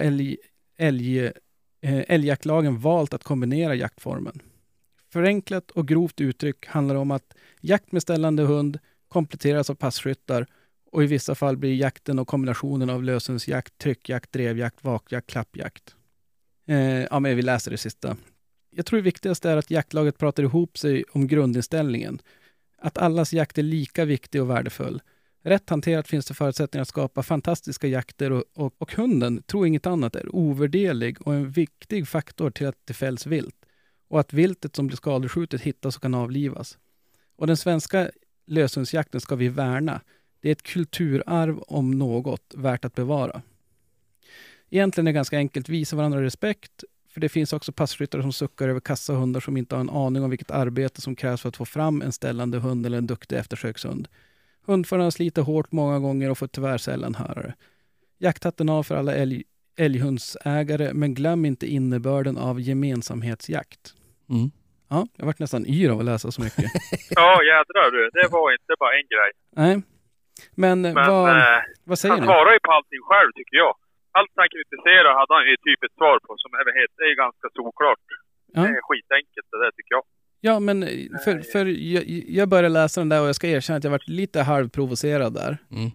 älgjaktlagen valt att kombinera jaktformen. Förenklat och grovt uttryck handlar om att jakt med ställande hund kompletteras av passkyttar och i vissa fall blir jakten och kombinationen av löshundsjakt, tryckjakt, drevjakt, vakjakt, klappjakt. Men vi läser det sista. Jag tror det viktigaste är att jaktlaget pratar ihop sig om grundinställningen. Att allas jakt är lika viktig och värdefull. Rätt hanterat finns det förutsättningar att skapa fantastiska jakter och hunden, tror inget annat, är ovärderlig och en viktig faktor till att det fälls vilt. Och att viltet som blir skadeskjutet hittas och kan avlivas. Och den svenska löshundsjakten ska vi värna. Det är ett kulturarv om något värt att bevara. Egentligen är det ganska enkelt. Visa varandra respekt. För det finns också passkyttar som suckar över kassahundar som inte har en aning om vilket arbete som krävs för att få fram en ställande hund eller en duktig eftersökshund. Hundförarna sliter hårt många gånger och får tyvärr sällan höra det. Jakthatten av för alla älghundsägare, men glöm inte innebörden av gemensamhetsjakt. Mm. Ja, jag varit nästan yr av att läsa så mycket. Ja, jädrar du. Det var inte bara en grej. Nej. Men vad säger han ni? Han svarar ju på allting själv, tycker jag. Allt han kritiserar hade han ju typ ett svar på som det är ganska såklart. Ja. Det är skitenkelt det där, tycker jag. Ja, men för jag började läsa den där och jag ska erkänna att jag varit lite halvprovocerad där. Mm.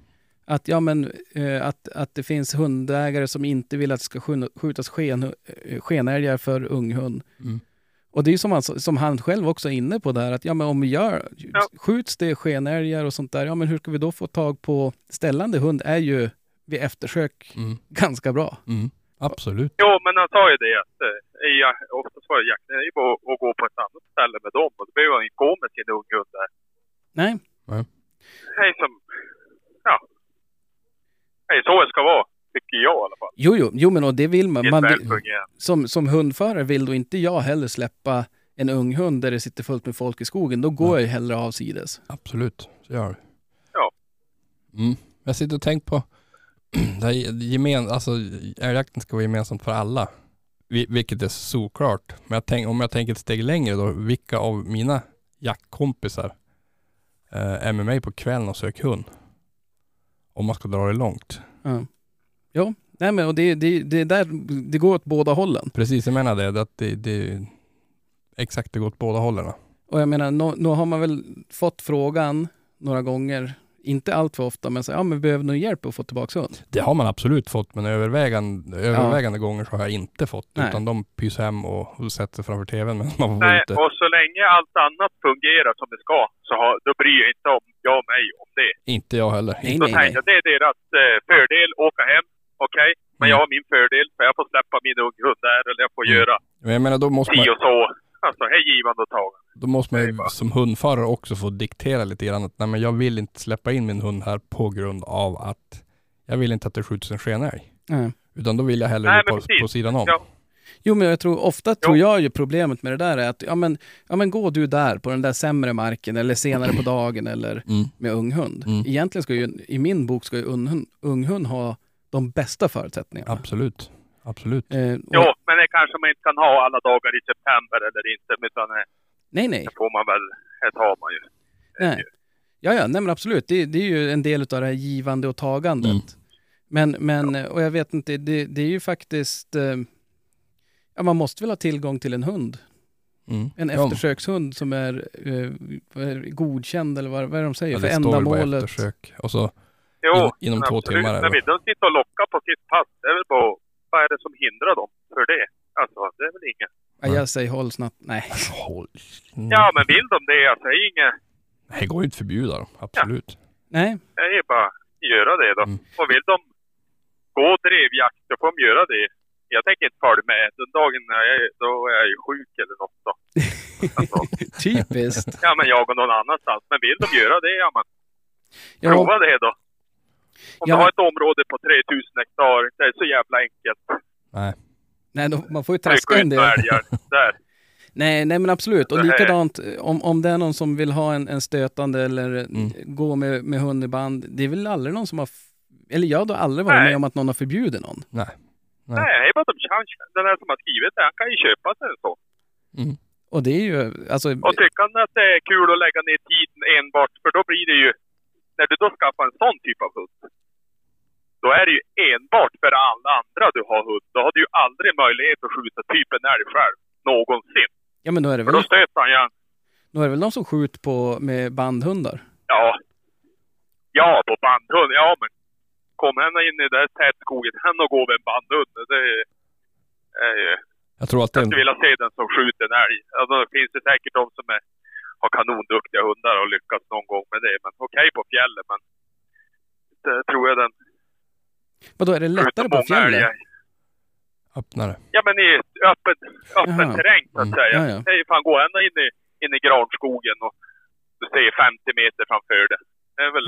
Att det finns hundägare som inte vill att det ska skjutas skenälgar för unghund. Mm. Och det är ju som han själv också är inne på där, att om vi skjuts det skenälgar och sånt där, men hur ska vi då få tag på ställande hund är ju vid eftersök ganska bra. Mm. Absolut. Jo, men han sa ju det att oftast var det jakten är bara att gå på ett annat ställe med dem och då behöver han inte gå med sin unghund där. Nej. Det är som, det är så det ska vara, tycker jag i alla fall. Jo, men och det vill man. Som hundförare vill då inte jag heller släppa en ung hund där det sitter fullt med folk i skogen. Då går jag hellre avsides. Absolut, så gör det. Ja. Mm. Jag sitter och tänker på älgjakten ska vara gemensamt för alla. Vilket är såklart. Men om jag tänker ett steg längre då, vilka av mina jaktkompisar är med mig på kvällen och söker hund? Om man ska dra det långt. Ja, nej men och det där det går åt båda hållen. Precis, jag menar det att det exakt det går åt båda hållen. Och jag menar nu har man väl fått frågan några gånger, inte allt för ofta, men så men vi behöver nog hjälp att få tillbaka hund. Det har man absolut fått, men övervägande gånger så har jag inte fått. Nej. Utan de pys hem och sätter sig framför tvn. Men man får nej, och så länge allt annat fungerar som det ska då bryr jag inte om mig om det. Inte jag heller. Då tänker jag det är deras fördel, åka hem, okej. Men jag har min fördel, för jag får släppa min unghund där eller jag får göra men jag menar, då måste och så. Alltså, hej givande och tagande. Då måste man som hundförare också få diktera lite grann att nej, men jag vill inte släppa in min hund här på grund av att jag vill inte att det skjuts en skenälg. Utan då vill jag hellre på sidan om. Ja. Jo, men jag tror jag ju problemet med det där är att men gå du där på den där sämre marken eller senare på dagen eller med unghund. Egentligen ska ju i min bok ska ju unghund ha de bästa förutsättningarna. Absolut. Jo, men det kanske man inte kan ha alla dagar i september eller inte, utan nej. Det får man väl, det har man ju. Nej. Ja, nej men absolut. Det är ju en del av det här givande och tagandet. Men och jag vet inte, det är ju faktiskt man måste väl ha tillgång till en hund. En eftersökshund som är godkänd eller vad är det de säger för ändamålet. Eftersök. Och så inom 2 absolut. timmar. Men vill de sitta och locka på sitt pass, det är väl bara, vad är det som hindrar dem för det? Alltså, det är väl inget. Jag säger håll snabbt. Nej. Ja, men vill de det? Alltså, det är inget. Det går ju inte förbjuda dem. Absolut. Ja. Nej. Det är bara göra det då. Och vill de gå drevjakt, då får de göra det. Jag tänker inte följa med. Den dagen då är jag ju sjuk eller något då. Alltså. Typiskt. Ja, men jag går någon annanstans. Men vill de göra det, prova det då. Om du har ett område på 3000 hektar, det är så jävla enkelt. Nej, man får ju traska en del. Där. Nej, men absolut. Och likadant, om det är någon som vill ha en stötande eller gå med hund i band, det är väl aldrig någon som har... Eller jag har aldrig varit med om att någon har förbjudit någon. Nej. Nej, det är bara den här som har skrivit det, han kan ju köpa sig en sån. Mm. Och det är ju, alltså... Och tycker han att det är kul att lägga ner tiden enbart, för då blir det ju, när du då skaffar en sån typ av hund, då är det ju enbart för alla andra du har hund. Då har du ju aldrig möjlighet att skjuta typen älg själv, någonsin. Ja, men då är det väl... För då stöter han igen. Då är det väl de som skjuter på med bandhundar? Ja, på bandhund. Ja, men kom henne in i den här tätskogen, henne och gå med en bandhund. Det är ju... Jag tror att jag skulle vilja se den som skjuter en älg. Alltså, det finns det säkert de som har kanonduktiga hundar och lyckats någon gång med det. Men okej på fjället, men det tror jag den... Men då är det lättare på fjället? Öppnare. Ja, men i öppen terräng så att säga. Ja. Hej, fan, gå ända in i granskogen och du ser 50 meter framför det. Det är väl...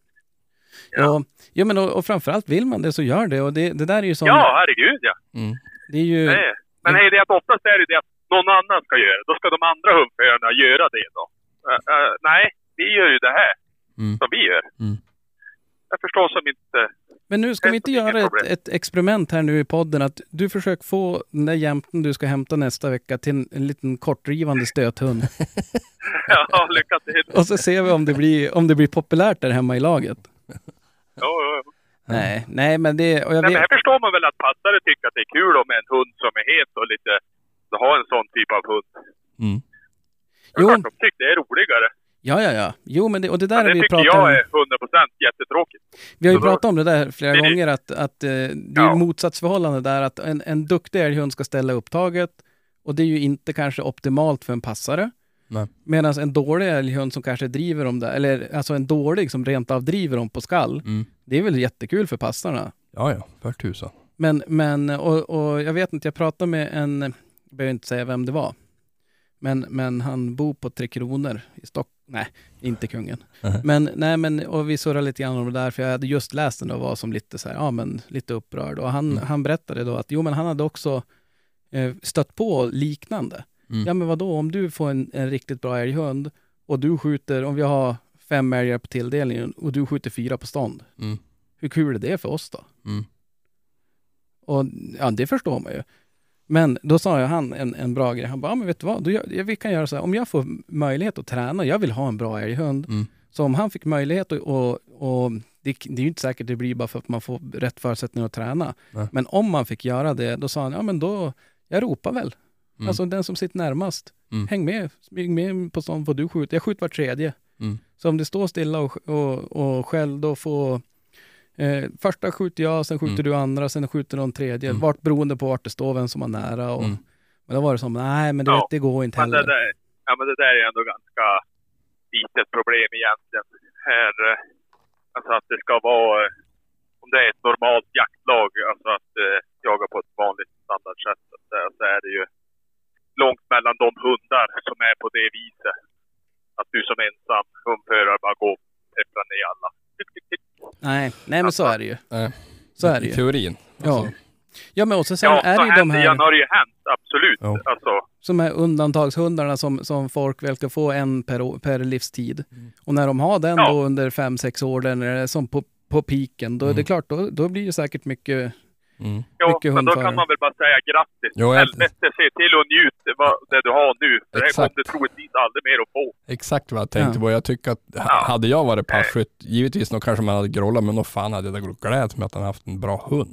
Ja, men och framförallt vill man det så gör det. Och det där är ju som... Ja, herregud, ja. Mm. Det är ju... Nej. Men hej, det är att oftast är det att någon annan ska göra. Då ska de andra hundförarna göra det då. Nej, vi gör ju det här som vi gör. Mm. Jag förstår som inte... Men nu ska vi inte göra ett experiment här nu i podden att du försöker få den där jämten du ska hämta nästa vecka till en liten kortdrivande stöthund. Ja, lycka till. Och så ser vi om det blir populärt där hemma i laget. Ja. Nej, men det... Och men här förstår man väl att passare tycker att det är kul med en hund som är het och lite... att ha en sån typ av hund. Mm. Jo. De tycker det är roligare. Ja. Jo, men det där har vi pratat om. Det tycker jag är 100% jättetråkigt. Vi har ju pratat om det där flera gånger att det är motsatsförhållande där att en duktig älghund ska ställa upptaget och det är ju inte kanske optimalt för en passare. Medan en dålig älghund som kanske driver dem där, eller alltså en dålig som rent av driver dem på skall, det är väl jättekul för passarna. Ja, för tusan. Men och jag vet inte, jag pratade med en, jag behöver inte säga vem det var, men han bor på 3 Kronor i Stockholm. Nej, inte kungen. Men och vi surrade lite grann om det där, för jag hade just läst den och var som lite så här, lite upprörd. Och han berättade då att han hade också stött på liknande. Ja, men vadå, om du får en riktigt bra älghund och du skjuter, om vi har 5 älgar på tilldelningen och du skjuter 4 på stånd. Hur kul är det för oss då? Och ja, det förstår man ju. Men då sa han en bra grej. Han bara, men vet du vad? Vi kan göra så här. Om jag får möjlighet att träna, jag vill ha en bra älghund. Så om han fick möjlighet och det är ju inte säkert det blir bara för att man får rätt förutsättningar att träna. Men om man fick göra det, då sa han, ja men då, jag ropar väl. Alltså den som sitter närmast. Häng med, smyg med på sånt vad du skjuter. Jag skjuter var tredje. Så om det står stilla och skäll, då får... första skjuter jag, sen skjuter du andra, sen skjuter någon tredje. Vart beroende på vart det står, vem som är nära. Och, men då var det som, nej men det går inte heller. Men det där är ändå ganska litet problem egentligen. Här, alltså att det ska vara, om det är ett normalt jaktlag, alltså att jaga på ett vanligt standardsätt, så är det ju långt mellan de hundar som är på det viset. Att du som ensam hundförare bara går och pepprar ner alla. Nej, men så är det ju. Så är det ju. I teorin. Alltså. Ja, men också sen är det ju de här... har det ju hänt, absolut. Alltså. Som är undantagshundarna som folk väl ska få en per livstid. Och när de har den då under 5-6 år, när det är som på piken, då är det klart, då blir det säkert mycket... Ja, men då kan man väl bara säga grattis. Helvete, se till och njut det du har nu. Det här kommer du troligtvis aldrig mer att få. Exakt vad jag tänkte på. Jag tycker att hade jag varit passkytt, givetvis nog kanske man hade grollat, men då fan hade jag glädjt med att han haft en bra hund.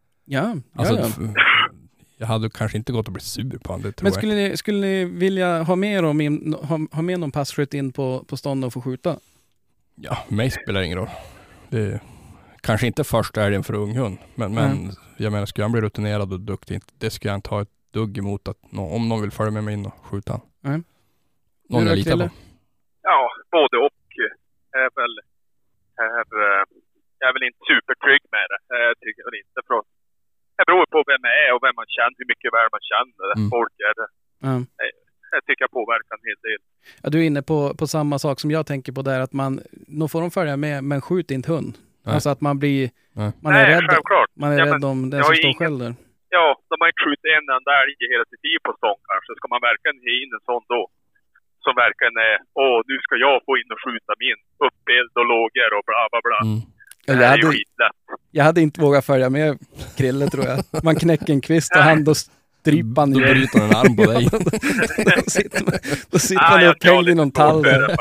Jag hade kanske inte gått att bli sur på honom. Men skulle ni vilja ha med någon passkytt in på stånd och få skjuta? Ja, mig spelar ingen roll. Det kanske inte första älgen för unghund, men jag menar, skulle han bli rutinerad och duktig, det skulle jag inte ha ett dugg emot att om någon vill följa med mig in och skjuta han. Någon jag litar på. Ja, både och är väl jag är väl inte supertrygg med det. Jag tycker väl inte det beror på vem man är och vem man känner, hur mycket väl man känner. Folk är det. Jag tycker jag påverkar en hel del. Ja, du är inne på samma sak som jag tänker på där, att nog får de följa med, men skjut inte hund. Alltså att man blir... Man är rädd, självklart. Man är rädd om den som står själv där. Ja, de har inte skjutit en enda älg hela sitt liv på stånd kanske. Ska man verkligen ge in en sån då? Som verkligen är, nu ska jag få in och skjuta min uppeld och lågor och bla bla bla. Det är ju skitlätt. Jag hade inte vågat följa med Krille, tror jag. Man knäcker en kvist och han då stryper han. Då bryter en arm på dig. Då sitter man upphängd i någon tall där.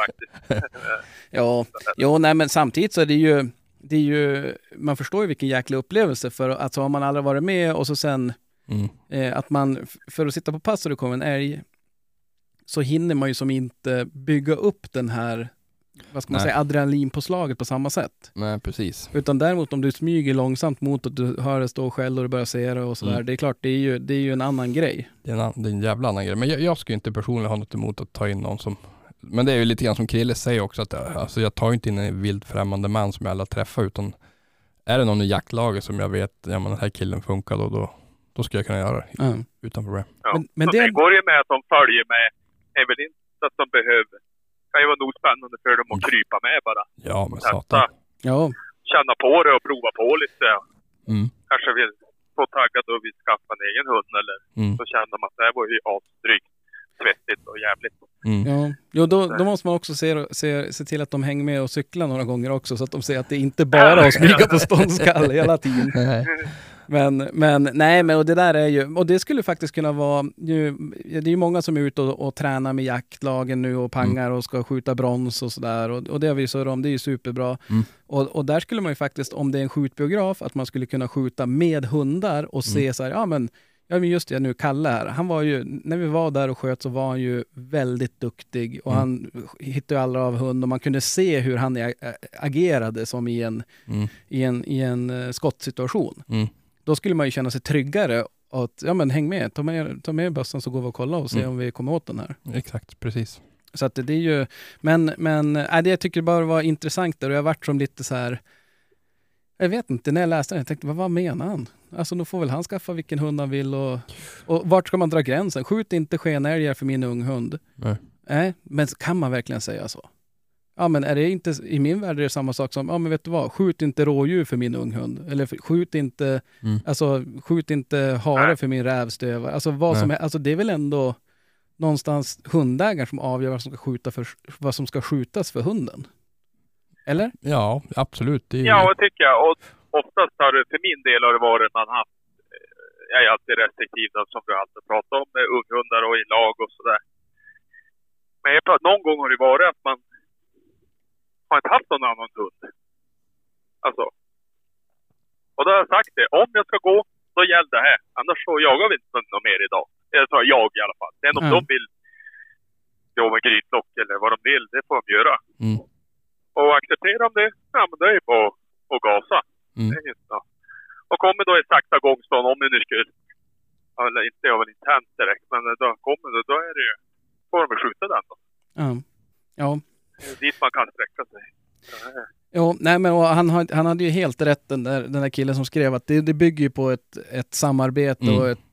Ja, nej, men samtidigt så är det är ju, man förstår ju vilken jäkla upplevelse, för att så har man aldrig varit med och så sen att man, för att sitta på pass och det kommer en älg, så hinner man ju som inte bygga upp den här, vad ska man säga, adrenalinpåslaget på samma sätt. Nej, precis. Utan däremot om du smyger långsamt mot att du hör det stå själv och du börjar se det och sådär, det är klart, det är ju en annan grej. Det är en jävla annan grej. Men jag skulle inte personligen ha något emot att ta in någon som, men det är ju lite grann som Krille säger också, att alltså, jag tar inte in en vild främmande man som jag alla träffar, utan är det någon i jaktlaget som jag vet, ja men den här killen funkar då ska jag kunna göra det utan problem. Ja. Men det går ju med att de följer med, är väl inte att de behöver. Det kan ju vara nog spännande för dem att krypa med bara. Ja, men satan. Ja. Känna på det och prova på lite. Kanske vill få taggad och vill skaffa en egen hund, eller så känner man att det här var ju avstrykt, svettigt och jävligt. Ja, jo, då måste man också se till att de hänger med och cyklar några gånger också, så att de ser att det inte bara är att smyga på ståndskall hela tiden. Men och det där är ju, och det skulle faktiskt kunna vara ju, det är ju många som är ute och tränar med jaktlagen nu och pangar och ska skjuta brons och sådär, och det har vi så om, det är ju superbra. Och där skulle man ju faktiskt, om det är en skjutbiograf, att man skulle kunna skjuta med hundar och se så här, ja men just det, nu Kalle här, han var ju, när vi var där och sköt så var han ju väldigt duktig, och han hittade ju alla av hund, och man kunde se hur han agerade som i en skottsituation. Då skulle man ju känna sig tryggare att, ja men häng med, ta med bössan, så går vi och kolla och se om vi kommer åt den här. Exakt, precis. Så att det är ju, men det jag tycker bara var intressant där, och jag har varit som lite så här, jag vet inte, när jag läste den, jag tänkte, vad menar han? Alltså då får väl han skaffa vilken hund han vill, och vart ska man dra gränsen? Skjut inte skenälgar för min ung hund. Nej, men kan man verkligen säga så? Ja, men är det inte, i min värld är det samma sak som, ja men vet du vad, skjut inte rådjur för min ung hund. Eller skjut inte hare för min rävstövare. Alltså vad som är, alltså det är väl ändå någonstans hundägaren som avgör vad som ska skjutas för hunden. Eller? Ja, absolut. Ja, det tycker jag. Och oftast har det, för min del har det varit, man haft, jag är alltid restriktiv som vi alltid pratar om, med unghundar och i lag och sådär. Men någon gång har det varit att man har inte haft någon annan hund. Alltså. Och då har jag sagt det, om jag ska gå, då gäller det här. Annars så jagar vi inte någon mer idag. Det tar jag i alla fall. Sen om de vill gå med grytlock eller vad de vill, det får de göra. Och accepterar de det, ja men det är på att gasa. Det är inte, och kommer då i sakta gångstånd, om det nu skulle, eller inte jag väl inte hänt direkt, men då kommer det, då är det ju, får de skjuta den då. Ja. Det är dit man kan sträcka sig. Jo, nej men han hade ju helt rätt, den där killen som skrev att det bygger ju på ett samarbete och ett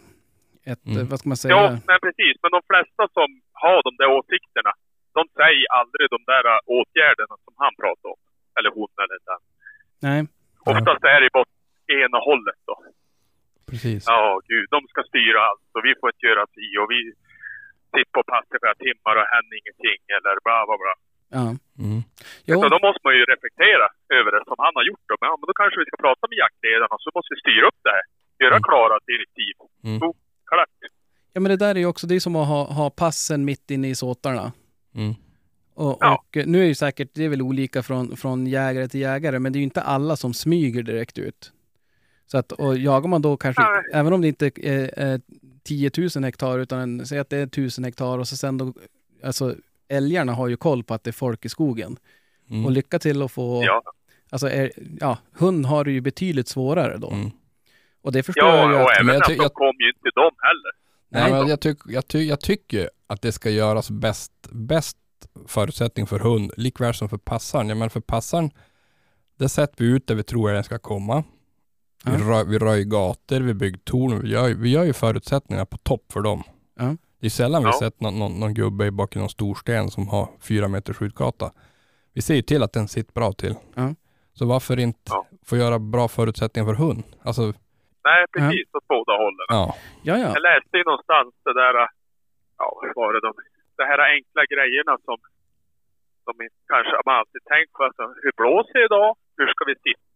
vad ska man säga? Ja, men precis. Men de flesta som har de där åsikterna, de säger aldrig de där åtgärderna som han pratar om. Eller hon eller den. Nej. Oftast är det bara ena hållet då. Precis. Ja, gud, de ska styra allt och vi får inte göra det, och vi sitter på pass i flera timmar och händer ingenting eller bla bla bla. Ja. Så då måste man ju reflektera över det som han har gjort. Men då kanske vi ska prata med jaktledarna, så måste vi styra upp det här. Göra klara direktiv. Klart. Ja, men det där är ju också, det är som att ha passen mitt inne i såtarna. Och nu är ju säkert, det är väl olika från jägare till jägare, men det är ju inte alla som smyger direkt ut. Så att, och jagar man då kanske, även om det inte är 10 000 hektar, utan säg att det är 1000 hektar, och så sen då, alltså älgarna har ju koll på att det är folk i skogen. Och lycka till att få, alltså hund har det ju betydligt svårare då. Och det förstår jag ju. Ja, och även att de kommer ju inte de heller. Nej, men jag tycker att det ska göras bäst förutsättning för hund, likväl som för passaren. Ja, men för passaren, det sätter vi ut där vi tror att den ska komma. Vi röjer gator, vi bygger torn, vi gör ju förutsättningar på topp för dem. Det är sällan vi sett någon gubbe i bakom någon storsten som har 4 meter skjutgata. Vi ser ju till att den sitter bra till. Så varför inte få göra bra förutsättningar för hund? Alltså, nej, precis, åt båda hållen. Ja. Jag läste ju någonstans det där, vad var det de här enkla grejerna som kanske man alltid tänkt på. Alltså, hur blåser det idag? Hur ska vi sitta?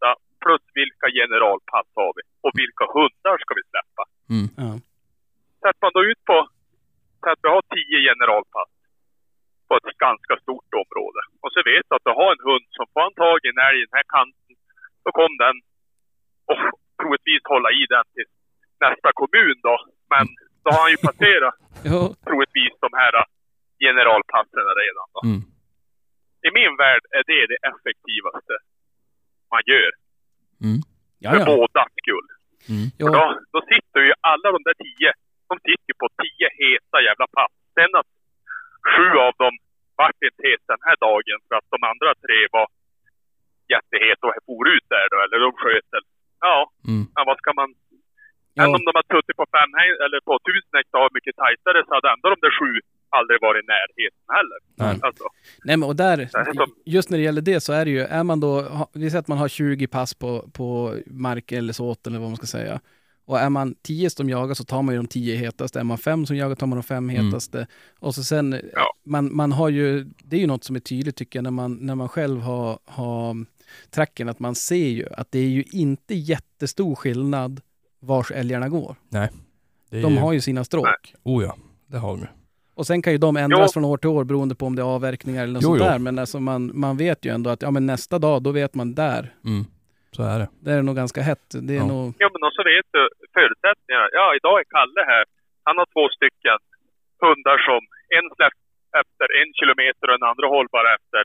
plus vilka generalpass har vi och vilka hundar ska vi släppa. Ja. Sätter man då ut på så att vi har 10 generalpass på ett ganska stort område. Och så vet du att du har en hund som får en tag i den här kanten. Då kom den och troligtvis hålla i den till nästa kommun då. Men då har han ju passerat troligtvis de här generalpassen redan då. I min värld är det effektivaste man gör. För båda skull. För då sitter ju alla de där 10, de sitter på 10 heta jävla pass. Sen att 7 av dem vart inte het den här dagen för att de andra 3 var jättehet och for ut där då, eller de sköt. Men vad ska man... Än om de har suttit på 5 eller på 1000 hektar mycket tajtare så hade ändå de där 7 aldrig varit i närheten heller. Alltså. Nej, men och där, just när det gäller det så är det ju, är man då, vi säger att man har 20 pass på mark eller såt eller vad man ska säga. Och är man 10 som jagar så tar man ju de 10 hetaste. Är man 5 som jagar tar man de 5 hetaste. Och så sen, man har ju, det är ju något som är tydligt tycker jag när man själv har tracken, att man ser ju att det är ju inte jättestor skillnad vars älgarna går. Nej. De har ju sina stråk. Oh ja, det har de. Och sen kan ju de ändras från år till år beroende på om det är avverkningar eller något sånt där. Men alltså man vet ju ändå att men nästa dag, då vet man där. Så är det. Det är nog ganska hett. Det är nog... Ja, men också vet du förutsättningar. Ja, idag är Kalle här. Han har 2 stycken hundar som en släpps efter 1 kilometer och en andra håll bara efter,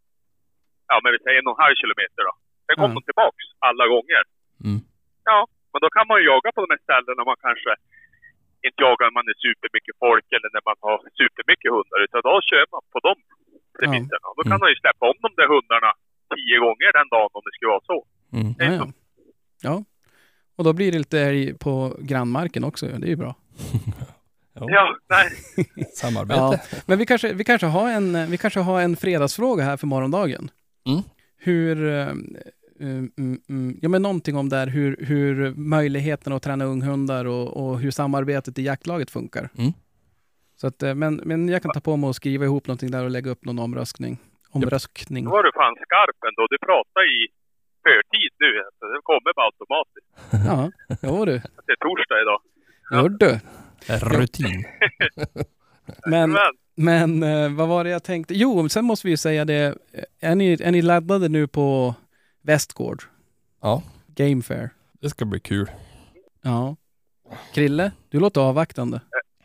men vi säger 1,5 kilometer då. Sen kommer de tillbaks alla gånger. Ja, men då kan man ju jaga på de här ställena man kanske inte jagar när man är supermycket folk eller när man har supermycket hundar, utan då kör man på de premisserna. Då kan man ju släppa om de där hundarna 10 gånger den dagen om det skulle vara så. Ja. Och då blir det lite älg på grannmarken också. Det är ju bra. Samarbete. Ja. Men vi kanske har en fredagsfråga här för morgondagen. Hur men någonting om där hur möjligheten att träna unghundar och hur samarbetet i jaktlaget funkar. Så att, men jag kan ta på mig och skriva ihop någonting där och lägga upp någon omröstning. Då var du fan skarp ändå. Du pratar i förtid nu. Alltså, det kommer bara automatiskt. Ja, du. Det är torsdag idag. Ja, du. Rutin. Men vad var det jag tänkte? Jo, sen måste vi ju säga det. Är ni laddade nu på Västgård? Ja. Game Fair. Det ska bli kul. Ja. Krille, du låter avvaktande.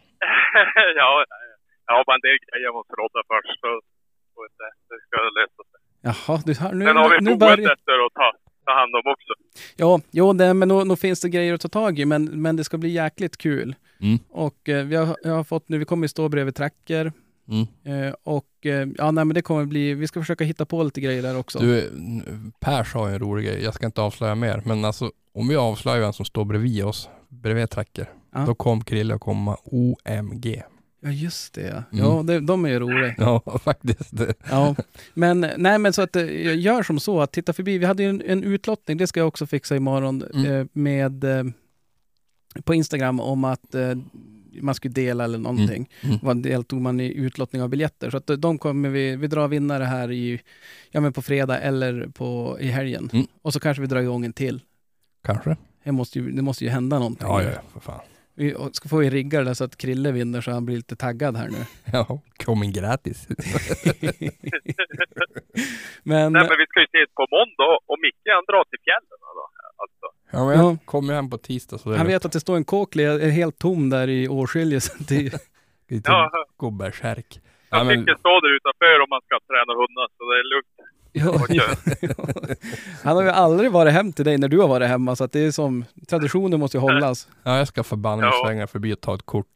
Ja, men det är grejer jag måste råda först. Så det ska lösa sig. Jaha, sen har vi boet efter att ta hand om också. Men nu finns det grejer att ta tag i, men det ska bli jäkligt kul. Och jag har fått nu, vi kommer stå bredvid tracker. Men det kommer bli, vi ska försöka hitta på lite grejer där också. Du, Per sa en rolig grej, jag ska inte avslöja mer, men alltså om vi avslöjar vem som står bredvid oss, bredvid tracker, då kom Krille och komma OMG. Ja, just det. Ja, de är ju roliga. Ja, faktiskt. Ja, men så att gör som så att titta förbi. Vi hade ju en utlottning, det ska jag också fixa imorgon med på Instagram om att man skulle dela eller någonting. Vad deltog man i utlottning av biljetter. Så att de kommer vi drar vinnare här på fredag eller i helgen. Och så kanske vi drar igång en till. Kanske. Det måste ju hända någonting. Ja, för fan. Vi ska få rigga det så att Krille vinner så han blir lite taggad här nu. Ja, kom in gratis. men vi ska ju ses på måndag och Micke han drar till fjällen då. Alltså. Ja, men jag kommer hem på tisdag. Så han vet att det står en kåkli är helt tom där i Årskilje. Gobbärskärk. Jag fick stå där utanför om man ska träna hundar så det är lugnt. Han har ju aldrig varit hem till dig när du har varit hemma, så att det är som traditionen måste ju hållas. Ja, jag ska förbanna mig svänga förbi och ta ett kort.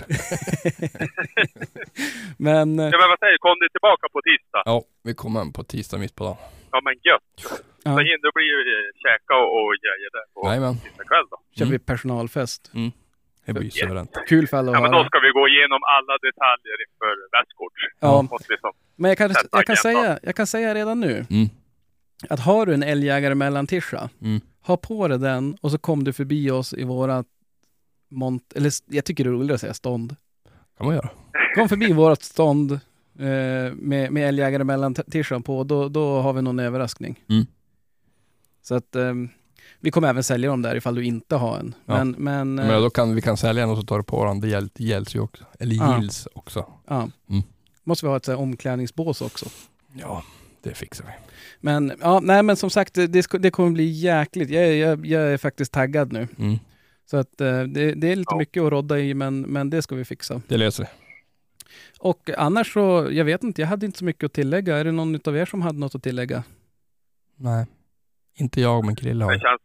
men vad säger du, kom du tillbaka på tisdag? Ja, vi kommer hem på tisdag mitt på dagen. Ja, men gött. Så då blir ju käka och grejer där på tisdag kväll då. Kör vi personalfest. Det blir suveränt. Kul för alla. Ja, men då ska vi gå igenom alla detaljer inför Västgård. Ja. Men jag kan säga redan nu att har du en älgjägare mellan Tisha, ha på dig den och så kom du förbi oss i våra eller jag tycker det är roligare att säga stånd. Kan man göra. Kom förbi vårat stånd med älgjägare mellan Tisha på, då har vi någon överraskning. Så att Vi kommer även sälja dem där ifall du inte har en. Ja. Men då kan vi sälja en och så tar du på den. Det gälls ju också. Eller gills också. Ja. Måste vi ha ett så här omklädningsbås också. Ja, det fixar vi. Men men som sagt, det kommer bli jäkligt. Jag är faktiskt taggad nu. Så att det är lite mycket att rodda i, men det ska vi fixa. Det löser vi. Och annars så, jag vet inte, jag hade inte så mycket att tillägga. Är det någon av er som hade något att tillägga? Nej, inte jag, men Krille har. Det känns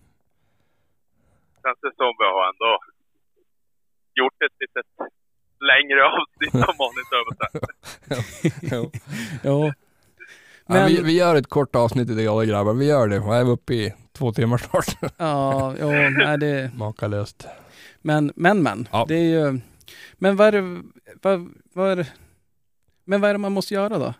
det som vi har ändå gjort ett litet längre avsnitt om vanligt översätt. Ja. Men vi gör ett kort avsnitt i det, alla grabbar. Vi gör det. Jag är uppe i 2 timmar snart. Nej, det makalöst. Men ja. Det är ju. Men vad är det man måste göra då?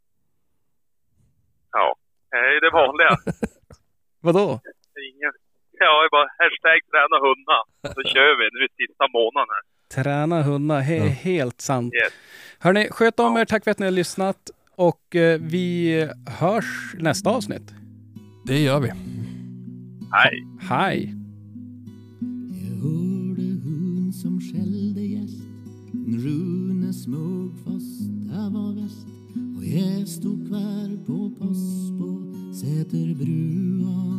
Ja, det är det vanliga. Vadå? Ja, det är bara hashtag träna hundar. Så kör vi nu sista månaden här. Träna hundar, helt sant. Yes. Hörrni, sköt om er. Tack för att ni har lyssnat. Och vi hörs nästa avsnitt. Det gör vi. Hej. Hej. Jag hörde hund som skällde gäst. En Rune smög fast det var väst. Och jag stod kvar på post på Säterbrua.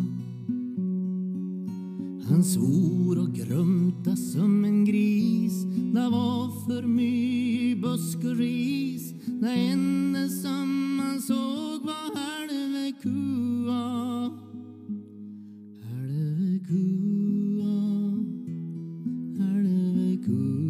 Han svor och grumta som en gris. Det var för mycket busk och ris. När enda som man såg var halve kua. Halve kua. Halve kua.